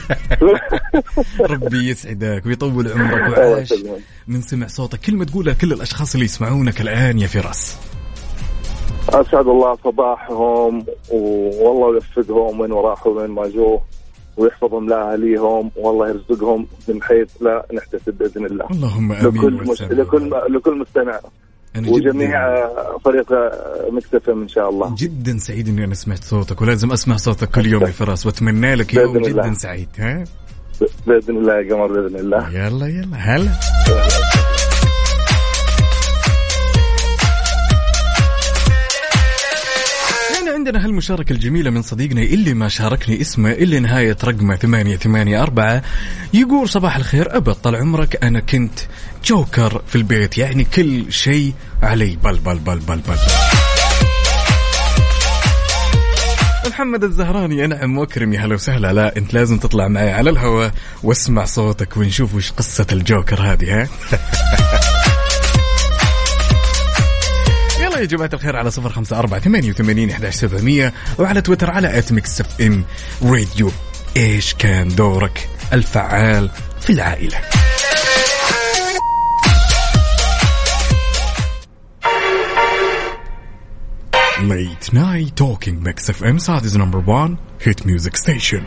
ربي يسعدك ويطول عمرك وعاش من سمع صوتك. كلمة تقولها لكل الاشخاص اللي يسمعونك الان يا فراس. أسعد الله صباحهم والله يوفقهم وين راحوا وين ما جو ويحفظهم لأهليهم والله يرزقهم من حيث لا نحتسب بإذن الله. اللهم آمين. لكل مستمع وجميع فريق مكسفهم إن شاء الله. جدا سعيد إني أنا سمعت صوتك ولازم أسمع صوتك كل يوم يا فراس، وأتمنى لك يوم جدا سعيد. ها بإذن الله يا قمر بإذن الله. يلا هلا. عندنا هالمشاركة الجميلة من صديقنا اللي ما شاركني اسمه اللي نهاية رقمه 884 يقول صباح الخير أبد طال عمرك أنا كنت جوكر في البيت، يعني كل شيء علي بل بل بل بل بل. محمد الزهراني أنعم وأكرم، يا هلا وسهلا. لا أنت لازم تطلع معي على الهواء واسمع صوتك ونشوف وش قصة الجوكر هذه. ها يا جماعة الخير على 0548811700 وعلى تويتر على @mixfmradio. إيش كان دورك الفعال في العائلة؟ Late Night Talking Mix FM Saudi's #1 hit music station.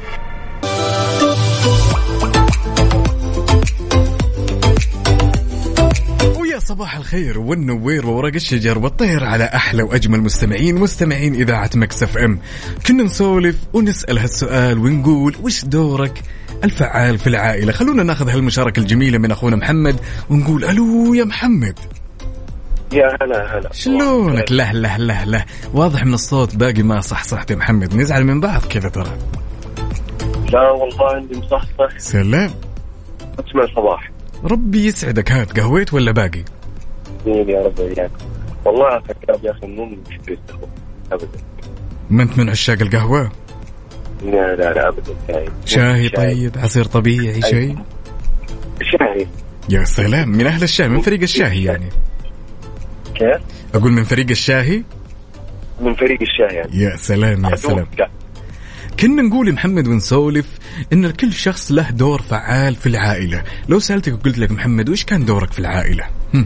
صباح الخير والنوير وورق الشجر والطير على أحلى وأجمل مستمعين إذاعة مكس اف ام. كنا نسولف ونسأل هالسؤال ونقول وش دورك الفعال في العائلة. خلونا ناخذ هالمشاركة الجميلة من أخونا محمد ونقول ألو يا محمد. يا هلا شلونك؟ له واضح من الصوت باقي ما صحصحت يا محمد، نزعل من بعض كذا ترى. لا والله عندي مصحصح. سلام. اسمع صباح. ربي يسعدك. هات قهويت ولا باقي؟ يا رب وياك. والله فكرت يا اخي مو مشكلة ابدا. ما انت من عشاق القهوة؟ لا ابدا. شاهي طيب، عصير طبيعي، شيء؟ شاهي. يا سلام، من اهل الشاي، من فريق الشاهي يعني. كيف؟ اقول من فريق الشاهي. من فريق الشاهي يعني. يا سلام يا سلام. كنا نقول محمد ونسولف إن كل شخص له دور فعال في العائلة. لو سألتك وقلت لك محمد وإيش كان دورك في العائلة؟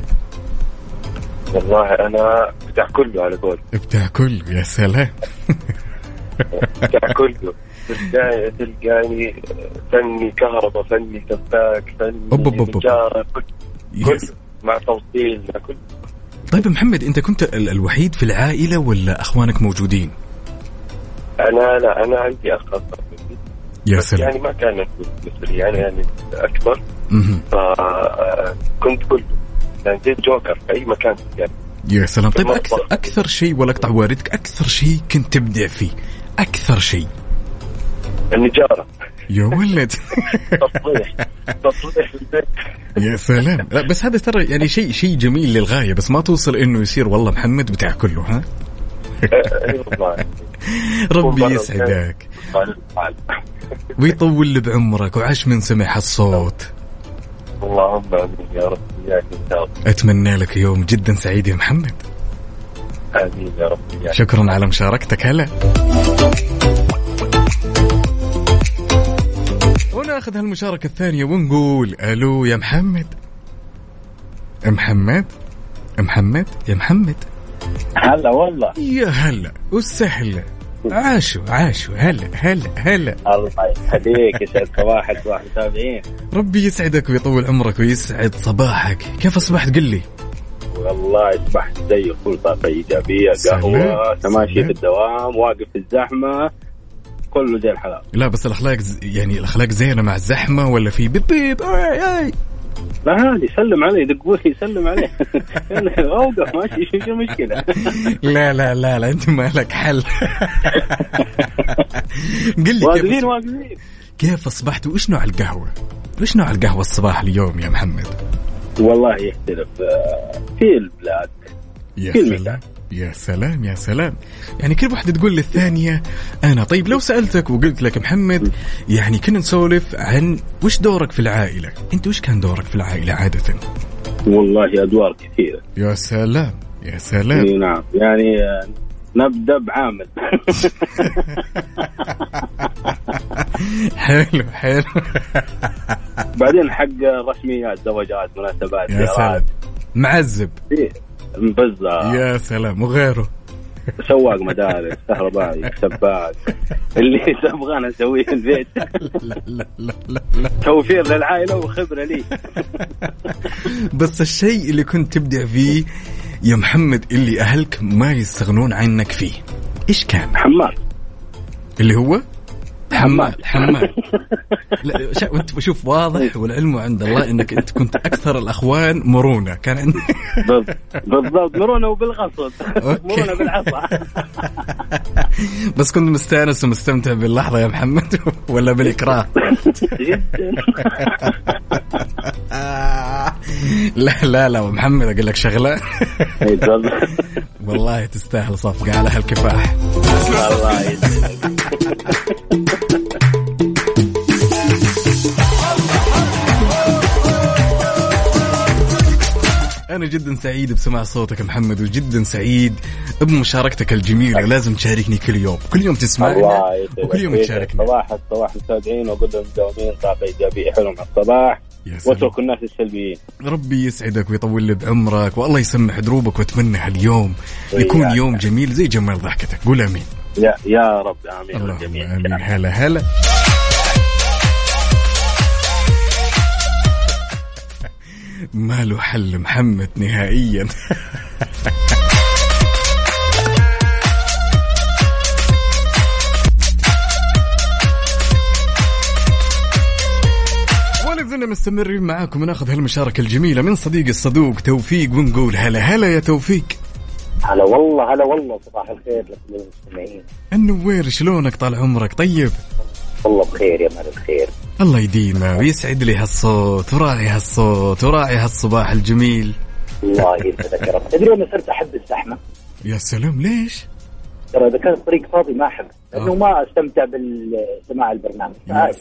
والله أنا بتاع كله على قول. بتاع كله. يا سلام. بتاع كله. تلقاني فني كهرباء، فني سباك، فني نجارة، كله مع توصيل مع كله. طيب محمد أنت كنت الوحيد في العائلة ولا أخوانك موجودين؟ أنا عندي أخ أكبر مني. يا سلام. يعني ما كان مثلي يعني أكبر. فكنت كله يعني زي جوكر في أي مكان يعني. يا سلام. طيب أكثر شيء ولا أقطع واردك، أكثر شيء كنت تبدع فيه، أكثر شيء؟ النجارة. يا ولد. تصليح البيت. يا سلام. لا بس هذا ترى يعني شيء جميل للغاية، بس ما توصل إنه يصير والله محمد بتاع كله. ها. ربي يسعدك ويطول بعمرك وعاش من سمع الصوت. اللهم آمين يا رب. أتمنى لك يوم جدا سعيد يا محمد. آمين يا رب. شكرا على مشاركتك. هلا. وناخذ هالمشاركة الثانية ونقول ألو يا محمد. محمد يا محمد. هلا والله. يا هلا وسهلا. عاشوا هلا الله يخليك، يسعد صباحك صباح المتابعين. ربي يسعدك ويطول عمرك ويسعد صباحك. كيف أصبحت قل لي؟ والله أصبحت زي كل طاقة إيجابية، قهوة، تماشي في الدوام، واقف في الزحمة، كله زي الحلال. لا بس الأخلاق يعني الأخلاق زينة مع الزحمة ولا في بيب أي لا هذه سلم عليه، دقولي سلم عليه. أوقف ماشي، شو المشكلة؟ لا أنت ما لك حل. قل لي واقفين كيف أصبحت وإيش نوع القهوة؟ وإيش نوع القهوة الصباح اليوم يا محمد؟ والله يختلف في البلاك في المكان. يا سلام يعني كل واحدة تقول للثانية أنا. طيب لو سألتك وقلت لك محمد يعني كنا نسولف عن وش دورك في العائلة، أنت وش كان دورك في العائلة عادة؟ والله أدوار كثيرة. يا سلام نعم يعني نبدأ بعامل. حلو بعدين حق رسميات، زواجات، مناسبات، يا سلام معزب بالضبط. يا سلام وغيره، سواق مدارس، كهربائي، سباك، اللي تبغانا نسويه في البيت. لا توفير للعائلة وخبرة لي. بس الشيء اللي كنت تبدع فيه يا محمد اللي أهلك ما يستغنون عنك فيه إيش كان؟ حمار. اللي هو حماد. لا وانت بشوف واضح والعلم عند الله انك انت كنت اكثر الاخوان مرونه. كان عندك بالضبط مرونه وبالغصب، مرونه بالعصا. بس كنت مستانس ومستمتع باللحظه يا محمد ولا بالاكراه؟ جدا. لا محمد اقول لك شغله. والله تستاهل صفقه على هالكفاح. الله يسلمك. أنا جدا سعيد بسماع صوتك محمد، وجدا سعيد بمشاركتك الجميلة. لازم تشاركني كل يوم تسمعني وكل يوم تشاركني. صباح المتابعين وأقول لهم مداومين طاقة إيجابية حلو مع الصباح، واتركوا الناس السلبيين. ربي يسعدك ويطول لي بعمرك والله يسمح دروبك، واتمنى هاليوم يكون يوم جميل زي جمال ضحكتك. قول آمين. يا رب آمين. اللهم آمين. هلا ما له حل محمد نهائيا. ولازلنا مستمرين معاكم وناخذ هالمشاركة الجميلة من صديقي الصدوق توفيق، ونقول هلا يا توفيق. هلا والله صباح الخير لكل المستمعين. النوير شلونك طال عمرك؟ طيب والله بخير يا مال الخير. الله يديمه ويسعد لي هالصوت وراعي هالصباح الجميل. الله يسعدك يا رب. تدري أنا صرت أحب الزحمة. يا سلام ليش؟ ترى إذا كان الطريق فاضي ما أحب، لأنه ما أستمتع بالسماع البرنامج.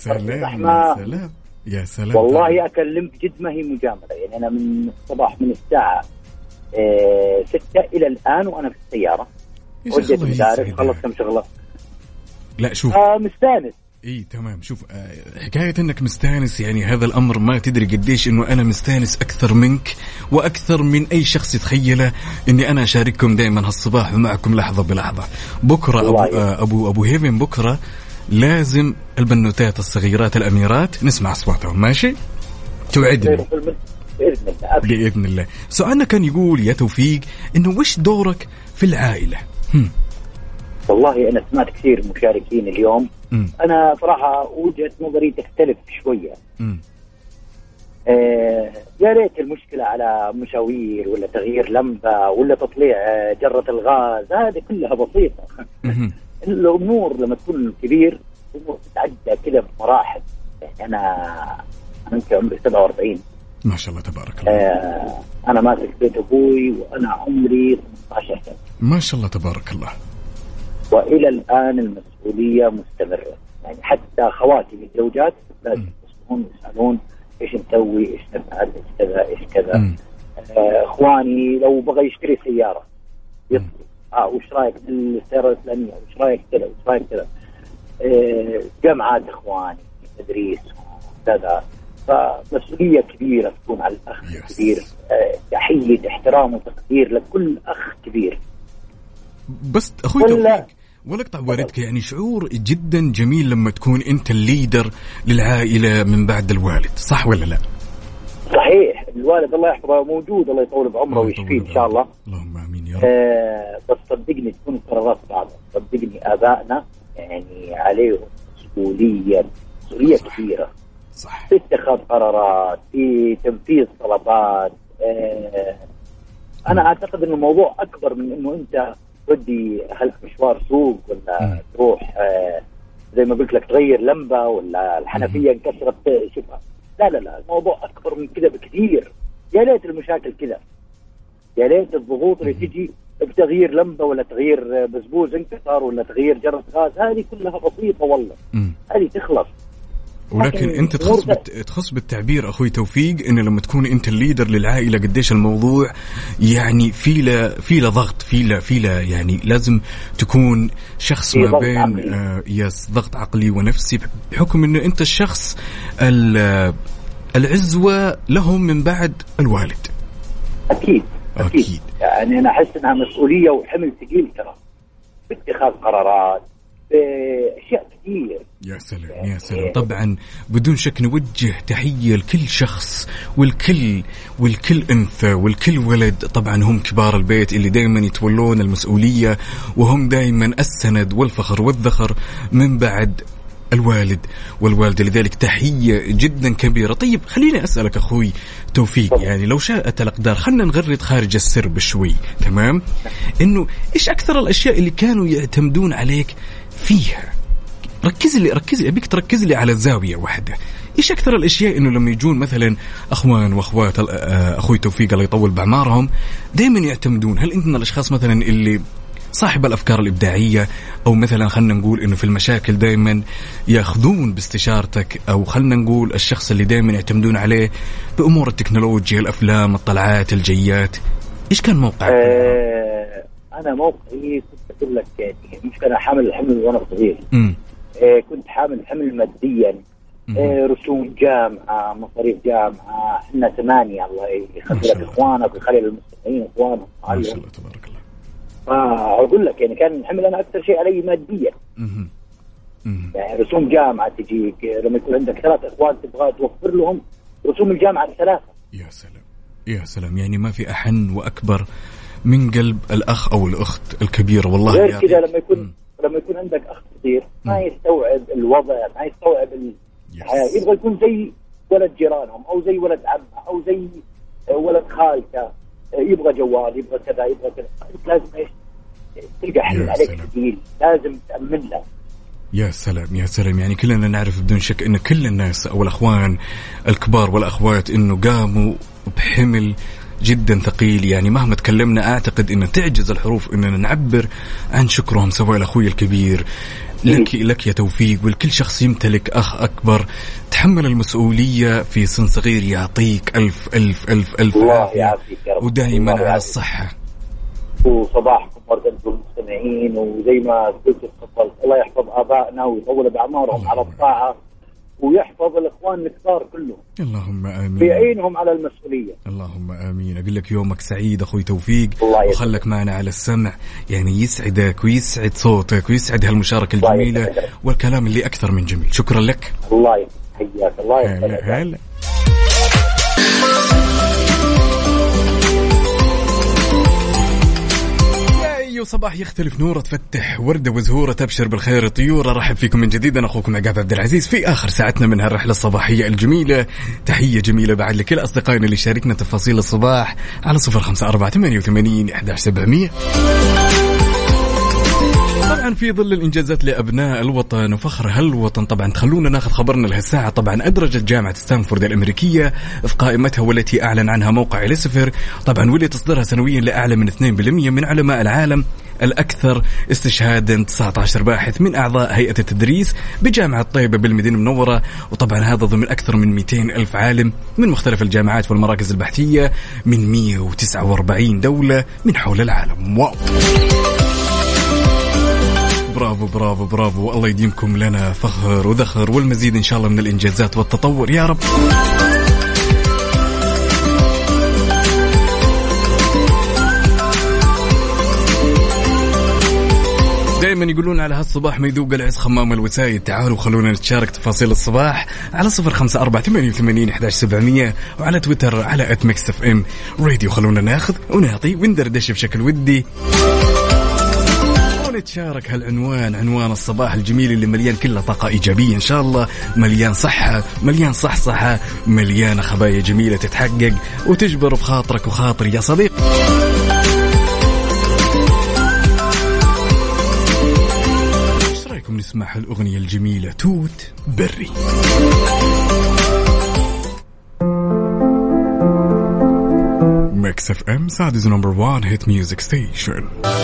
يا سلام والله أكلمك جد ما هي مجاملة. يعني أنا من الصباح من الساعة 6 إلى الآن وأنا في السيارة، وديت المدارس، خلص كم شغلة. لا شوف مستانس. اي تمام. شوف حكاية انك مستانس يعني هذا الامر ما تدري قديش انه انا مستانس اكثر منك واكثر من اي شخص يتخيله اني انا اشارككم دائما هالصباح ومعكم لحظة بلحظة. بكرة ابو هيفن بكرة لازم البنوتات الصغيرات الاميرات نسمع اصواتهم. ماشي توعدني بإذن الله. سؤالنا كان يقول يا توفيق انه وش دورك في العائلة؟ والله أنا سمعت كثير مشاركين اليوم. أنا صراحة وجهة نظري تختلف شوية. يا ريت المشكلة على مشاوير ولا تغيير لمبة ولا تطليع جرة الغاز، هذه كلها بسيطة. الأمور لما تكون كبير أمور تتعدى كده بمراحل. يعني أنا عمري 47 ما شاء الله تبارك الله. أنا ماسك بيت أبوي وأنا عمري 18 سنة ما شاء الله تبارك الله. وإلى الآن المسؤولية مستمرة. يعني حتى خواتي الزوجات لازم يسألون إيش نسوي، إيش نفعل، إيش كذا إيش كذا. إخواني لو بغى يشتري سيارة يطلب وش رأيك بالسيارة الإسلامية، وش رأيك كذا وش رأيك كذا. جامعات إخواني تدريس كذا، فمسؤولية كبيرة تكون على الأخ كبير. تحية احترام وتقدير لكل أخ كبير. بس أخوي توفيق ولقطع والدك يعني شعور جدا جميل لما تكون أنت الليدر للعائلة من بعد الوالد، صح ولا لا؟ صحيح. الوالد الله يحفظه موجود، الله يطول بعمره ويشفيه إن شاء الله. اللهم آمين يا رب. بس صدقني تكون القرارات صعبة، صدقني آبائنا يعني عليهم مسؤولية كبيرة، صح، في اتخاذ قرارات، في تنفيذ طلبات. أنا أعتقد إنه الموضوع أكبر من إنه أنت تودي مشوار سوق ولا تروح زي ما قلت لك تغير لمبة ولا الحنفية انكسرت شوفها. لا الموضوع أكبر من كذا بكثير. يا ليت المشاكل كذا، يا ليت الضغوط اللي تجي بتغيير لمبة ولا تغيير بزبوز انكسر ولا تغيير جرس غاز، هذه كلها بسيطة والله، هذه تخلص. ولكن انت تخص بالتعبير اخوي توفيق انه لما تكون انت الليدر للعائله قديش الموضوع يعني في له ضغط، في له يعني لازم تكون شخص ما بين ضغط عقلي ونفسي، بحكم انه انت الشخص العزوه لهم من بعد الوالد. اكيد يعني انا احس انها مسؤوليه وحمل ثقيل ترى، باتخاذ قرارات بأشياء كثير. يا سلام يا سلام. طبعا بدون شك نوجه تحية لكل شخص والكل أنثى والكل ولد، طبعا هم كبار البيت اللي دائما يتولون المسؤولية وهم دائما السند والفخر والذخر من بعد الوالد والوالدة، لذلك تحية جدا كبيرة. طيب خليني أسألك أخوي توفيق، يعني لو شاءت الأقدار خلنا نغرد خارج السرب شوي، تمام؟ إنه إيش أكثر الأشياء اللي كانوا يعتمدون عليك فيها؟ ركز لي أبيك تركز لي على زاوية واحدة. إيش أكثر الأشياء إنه لما يجون مثلا أخوان وأخوات أخوي توفيق الله يطول بعمارهم دائما يعتمدون؟ هل أنت من الأشخاص مثلا اللي صاحب الأفكار الإبداعية، أو مثلا خلنا نقول إنه في المشاكل دائما يأخذون باستشارتك، أو خلنا نقول الشخص اللي دائما يعتمدون عليه بأمور التكنولوجيا، الأفلام، الطلعات، الجيات؟ إيش كان موقعك؟ أنا موقعي كنت أقول لك يعني مش كان حامل الحمل وأنا صغير. كنت حامل الحمل ماديا، رسوم جامعة، مصاريف جامعة، إحنا 8 الله يخلي لك إخوانك ويخلي للمستمعين إخوانك. ما شاء الله تبارك الله. أقول لك يعني كان الحمل أنا أكثر شيء علي ماديا. يعني رسوم جامعة تجيك لما يكون عندك 3 إخوان تبغى توفر لهم رسوم الجامعة ال3. يا سلام يا سلام، يعني ما في أحن وأكبر من قلب الأخ أو الأخت الكبيرة والله. غير كذا لما يكون عندك أخ صغير ما يستوعب الوضع، ما يستوعب الحياة، يبغى يكون زي ولد جيرانهم أو زي ولد عمه أو زي ولد خالته، يبغى جوال، يبغى كذا يبغى كذا. لازم تلقى حل عليك ثقيل، لازم تأمن له. يا سلام يا سلام، يعني كلنا نعرف بدون شك إن كل الناس أو الأخوان الكبار والأخوات إنه قاموا بحمل جدا ثقيل. يعني مهما تكلمنا أعتقد إن تعجز الحروف إننا نعبر عن شكرهم، سواء الأخوي الكبير لك يا توفيق، والكل شخص يمتلك أخ أكبر تحمل المسؤولية في سن صغير. يعطيك ألف ألف ألف ألف عافية ودائما على الصحة. وصباحكم ورد المستمعين، وزي ما قلت تفضل الله يحفظ آبائنا ويطول بأعمارهم على الطاعة ويحفظ الإخوان الكبار كلهم. اللهم آمين. ويعينهم على المسؤولية. اللهم آمين. أقول لك يومك سعيد أخوي توفيق، وخلك معنا على السمع، يعني يسعدك ويسعد صوتك ويسعد هالمشاركة الجميلة والكلام اللي أكثر من جميل. شكرا لك. الله يحييك. الله يحييك. هلا. صباح يختلف نوره، تفتح وردة وزهورة، تبشر بالخير طيورة. رحب فيكم من جديد، أنا أخوكم عقاب عبد العزيز في آخر ساعتنا من هالرحلة الصباحية الجميلة. تحية جميلة بعد لكل أصدقائنا اللي شاركنا تفاصيل الصباح على 0548811700. طبعا في ظل الإنجازات لأبناء الوطن وفخر هالوطن، طبعا تخلونا ناخذ خبرنا لهالساعة. طبعا أدرجت جامعة ستانفورد الأمريكية في قائمتها والتي أعلن عنها موقع إليسفير، طبعا واللي تصدرها سنويا لأعلى من 2% من علماء العالم الأكثر استشهادا. 19 باحث من أعضاء هيئة التدريس بجامعة طيبة بالمدينة المنورة، وطبعا هذا ضمن أكثر من 200 ألف عالم من مختلف الجامعات والمراكز البحثية من 149 دولة من حول العالم. واو، برافو برافو برافو، الله يديمكم لنا فخر وذخر والمزيد إن شاء الله من الإنجازات والتطور يا رب. دائما دائما يقولون على هالصباح ما يذوق العز خمام الوسايد. تعالوا خلونا نتشارك تفاصيل الصباح على 0548811700 وعلى تويتر على @mixfm راديو. خلونا ناخذ ونعطي وندردش بشكل ودي ونتشارك هالعنوان، عنوان الصباح الجميل اللي مليان كله طاقة إيجابية إن شاء الله، مليان صحة، مليان صحصحة، مليانة خبايا جميلة تتحقق وتجبر بخاطرك وخاطري يا صديق. ايش رايكم نسمع الأغنية الجميلة توت بري؟ ميكس اف ام سعوديز نمبر 1 هيت ميوزك ستيشن.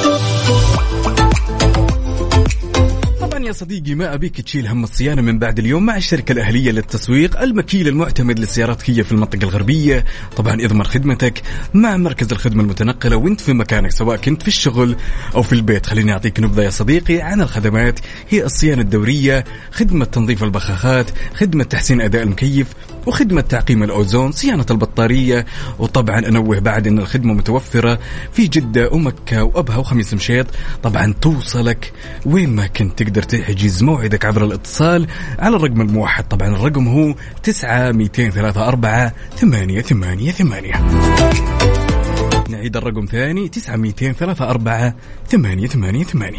يا صديقي ما أبيك تشيل هم الصيانة من بعد اليوم مع الشركة الأهلية للتسويق، المكيل المعتمد للسيارات كيا في المنطقة الغربية. طبعا اضمن خدمتك مع مركز الخدمة المتنقلة وانت في مكانك سواء كنت في الشغل أو في البيت. خليني أعطيك نبذة يا صديقي عن الخدمات. هي الصيانة الدورية، خدمة تنظيف البخاخات، خدمة تحسين أداء المكيف، وخدمة تعقيم الأوزون، صيانة البطارية. وطبعا أنوه بعد أن الخدمة متوفرة في جدة ومكة وأبها وخميس مشيط. طبعا توصلك وين ما كنت، تقدر تحجز موعدك عبر الاتصال على الرقم الموحد. طبعا الرقم هو 9234-888. نعيد الرقم ثاني 9234-888.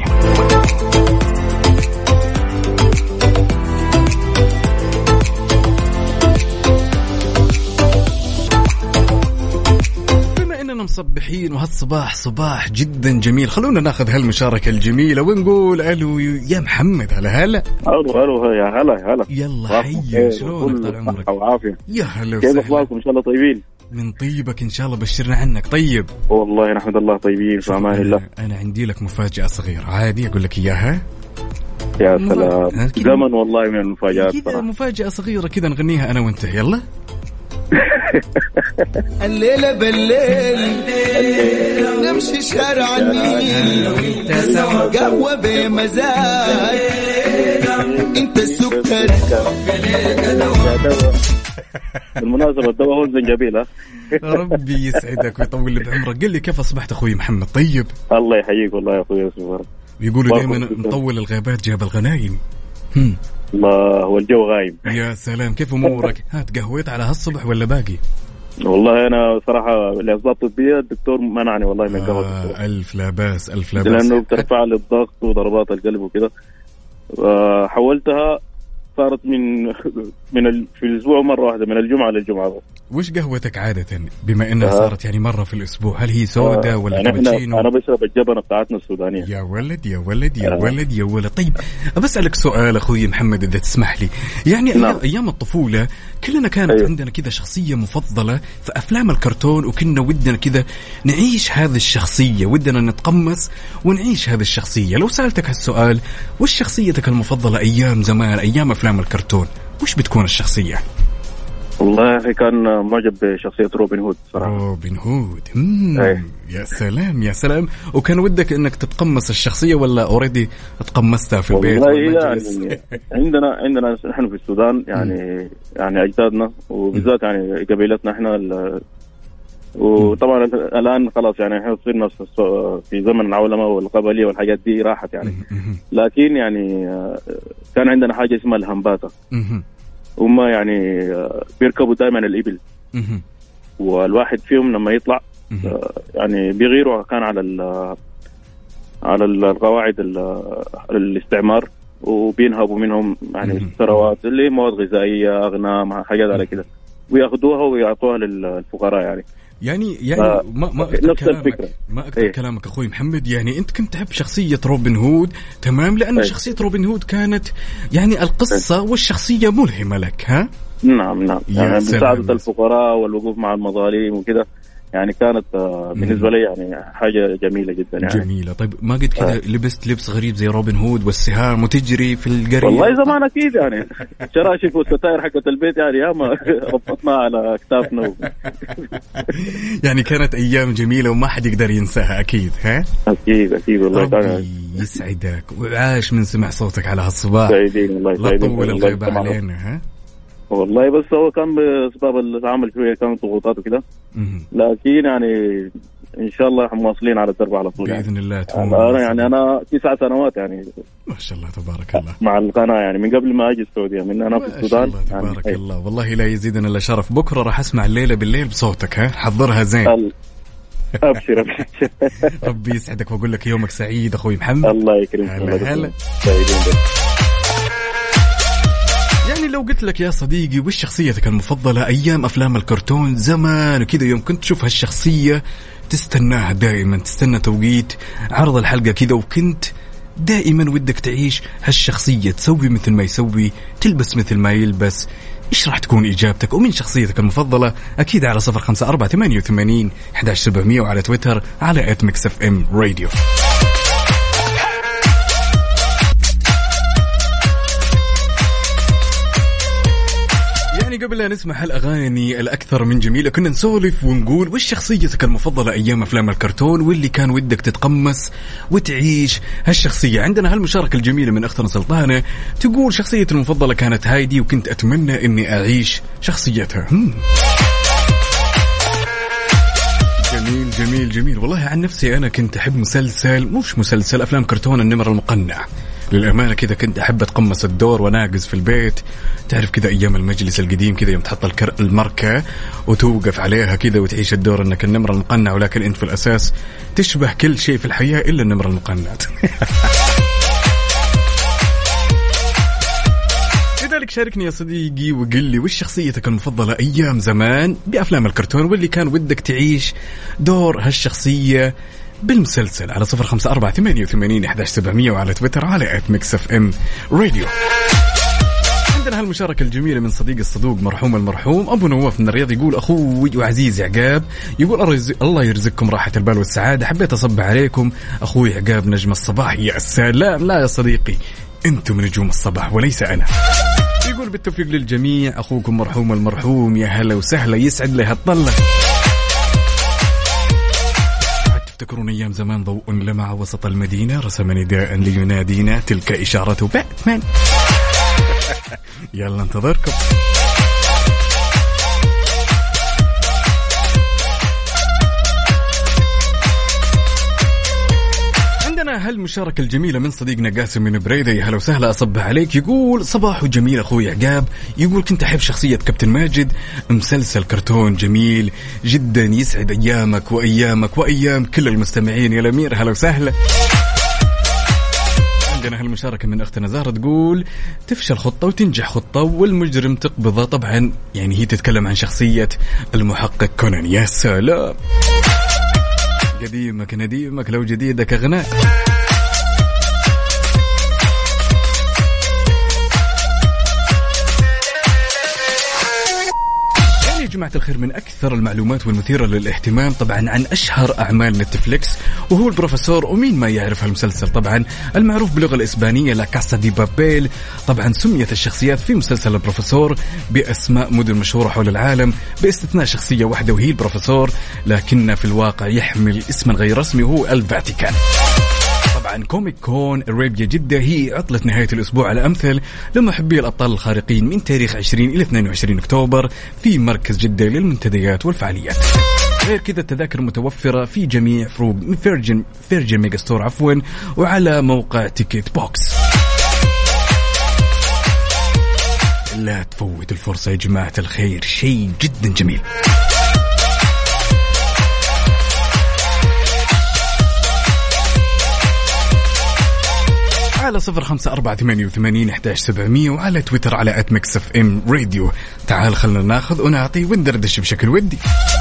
مصبحين وهالصباح صباح جدا جميل. خلونا ناخذ هالمشاركة الجميلة ونقول ألو يا محمد. هلا هلا. ألو يا هلا. يلا حي، شلونك طال عمرك؟ وعافية. يا هلا كيف أخباركم؟ إن شاء الله طيبين. من طيبك إن شاء الله، بشرنا عنك. طيب والله نحمد الله طيبين في أمان الله. أنا عندي لك مفاجأة صغيرة، عادي أقول لك إياها؟ يا سلام، زمن والله من المفاجآت. كذا مفاجأة صغيرة كذا نغنيها أنا وأنت. يلا. الليلة بالليل نمشي شارع النيل قهوة بمزاج انت السكر. بالمناسبة الدواء هو الزنجبيل. ربي يسعدك ويطول لي بعمرك. قل لي كيف أصبحت أخوي محمد؟ طيب الله يحييك والله يا أخوي. بيقولوا دائما مطول الغابات جاب الغنايم. الله هو الجو غايم. يا سلام، كيف أمورك؟ تقهويت على هالصبح ولا باقي؟ والله أنا صراحة لأسباب طبية الدكتور منعني والله من قهوة. ألف لا بأس ألف لا بأس، لأنه بترفع لي الضغط وضربات القلب وكده. حولتها صارت في الأسبوع مرة واحدة من الجمعة للجمعة بس. وش قهوتك عادة بما إنها صارت يعني مرة في الأسبوع؟ هل هي سودا ولا كابتشينو؟ أنا بشرب الجبنة بتاعتنا السودانية. يا ولد يا ولد يا ولد يا ولد. طيب بسألك سؤال أخوي محمد إذا تسمح لي. يعني أيام الطفولة كلنا كانت عندنا كذا شخصية مفضلة في أفلام الكرتون، وكنا ودنا كذا نعيش هذه الشخصية، ودنا نتقمص ونعيش هذه الشخصية. لو سألتك هالسؤال، وش شخصيتك المفضلة أيام زمان أيام أفلام الكرتون؟ وش بتكون الشخصية؟ والله يا أخي كان معجب بشخصية روبن هود صراحة. روبن هود. يا سلام يا سلام. وكان ودك انك تتقمص الشخصية ولا اوريدي تقمصتها في البيت؟ والله يعني عندنا نحن في السودان يعني اجدادنا وبالذات يعني قبيلتنا احنا وطبعا الان خلاص يعني احنا صرنا في زمن العولمة والقبلية والحاجات دي راحت يعني. لكن يعني كان عندنا حاجة اسمها الهمباتا. هم يعني بيركبوا دائما الإبل، والواحد فيهم لما يطلع يعني بيغيروا كان على القواعد الاستعمار، وبينهبوا منهم يعني الثروات اللي مواد غذائية أغنام حاجات على كده، ويأخذوها ويعطوها للفقراء يعني ما أكثر كلامك ما أكثر كلامك أخوي محمد. يعني أنت كنت تحب شخصية روبن هود، تمام، لأن شخصية روبن هود كانت يعني القصة والشخصية ملهمة لك. ها نعم يعني مساعدة الفقراء والوقوف مع المظالم وكده، يعني كانت بالنسبة لي يعني حاجة جميلة جدا يعني. جميلة. طيب ما قد كذا لبست لبس غريب زي روبن هود والسهام وتجري في القرية؟ والله زمان أكيد يعني شراشف والستائر حقت البيت يعني ياما ربطنا على أكتافنا يعني كانت أيام جميلة وما حد يقدر ينساها أكيد. ها أكيد والله. ربي يسعدك وعاش من سمع صوتك على هالصباح. سعيدين والله. لا تطول الغيبة علينا. ها والله بس هو كان بأسباب العمل شوية كانت ضغوطات وكده، لكن يعني ان شاء الله مواصلين على الدرب على طول باذن الله. انا 9 سنوات يعني ما شاء الله تبارك الله مع القناه يعني من قبل ما اجي السعوديه، من انا في السودان. الله تبارك يعني الله، والله لا يزيدنا الا شرف. بكره راح اسمع الليله بالليل بصوتك، ها حضرها زين. ابشر ربي يسعدك واقول لك يومك سعيد اخوي محمد. الله يكرمك. هلا. يعني لو قلت لك يا صديقي وش شخصيتك المفضلة أيام أفلام الكرتون زمان وكذا، يوم كنت تشوف هالشخصية تستناها دائما، تستنى توقيت عرض الحلقة كذا، وكنت دائما ودك تعيش هالشخصية، تسوي مثل ما يسوي، تلبس مثل ما يلبس. إيش راح تكون إجابتك ومن شخصيتك المفضلة؟ أكيد على 0548811700 وعلى تويتر على @mixfmradio. يعني قبل لا نسمع هالأغاني الأكثر من جميلة كنا نسولف ونقول وش شخصيتك المفضلة أيام أفلام الكرتون واللي كان ودك تتقمص وتعيش هالشخصية. عندنا هالمشاركة الجميلة من أختنا سلطانة تقول شخصيتي المفضلة كانت هايدي وكنت أتمنى أني أعيش شخصيتها. جميل جميل جميل. والله عن نفسي أنا كنت أحب مسلسل أفلام كرتون النمر المقنع للأمانة. كذا كنت أحب أتقمص الدور وناقز في البيت، تعرف كذا أيام المجلس القديم كذا يوم تحط المركة وتوقف عليها كذا وتعيش الدور أنك النمر المقنع، ولكن أنت في الأساس تشبه كل شيء في الحياة إلا النمر المقنع. لذلك شاركني يا صديقي وقل لي وش شخصيتك المفضلة أيام زمان بأفلام الكرتون واللي كان ودك تعيش دور هالشخصية بالمسلسل على 0548811700 وعلى تويتر على @mixfmradio. عندنا هالمشاركة الجميلة من صديق الصدوق مرحوم المرحوم أبو نواف من الرياض، يقول أخوي وعزيزي عقاب، يقول الله يرزقكم راحة البال والسعادة، حبيت أصب عليكم أخوي عقاب نجم الصباح. يا سلام، لا يا صديقي أنتم نجوم الصباح وليس أنا. يقول بالتوفيق للجميع أخوكم مرحوم المرحوم. يا هلا وسهلا، يسعد لي هالطلة. تذكرون أيام زمان ضوء لمع وسط المدينة رسم نداء لينادينا، تلك إشارة باتمان. يلا انتظركم. عندنا هالمشاركة الجميلة من صديقنا قاسم من بريدة، يا هلا وسهلا، أصبح عليك. يقول صباح جميل أخوي عقاب، يقول كنت أحب شخصية كابتن ماجد، مسلسل كرتون جميل جدا يسعد أيامك وأيامك وأيام كل المستمعين. يا الأمير هلا وسهلا. عندنا هالمشاركة من أختنا زهرة تقول تفشل خطة وتنجح خطة والمجرم تقبضه. طبعا يعني هي تتكلم عن شخصية المحقق كونان. يا سلام، قديمك نديمك لو جديدك أغناء. يا جماعة الخير، من أكثر المعلومات والمثيرة للاهتمام طبعا عن أشهر أعمال نتفليكس وهو البروفيسور. ومين ما يعرف هالمسلسل طبعا المعروف باللغة الإسبانية لا كاسا دي بابيل. طبعا سميت الشخصيات في مسلسل البروفيسور بأسماء مدن مشهورة حول العالم باستثناء شخصية واحدة وهي البروفيسور، لكن في الواقع يحمل اسما غير رسمي وهو الفاتيكان. طبعا كوميك كون أرابيا جدة هي عطلة نهاية الأسبوع على أمثل لمحبي الأبطال الخارقين من تاريخ 20 إلى 22 أكتوبر في مركز جدة للمنتديات والفعاليات. غير كذا التذاكر متوفرة في جميع فروق فيرجن ميجا ستور عفوا وعلى موقع تيكت بوكس. لا تفوت الفرصة يا جماعة الخير، شيء جدا جميل. على 0548811700 وعلى تويتر على @mixfmradio. تعال خلنا ناخذ ونعطي وندردش بشكل ودي.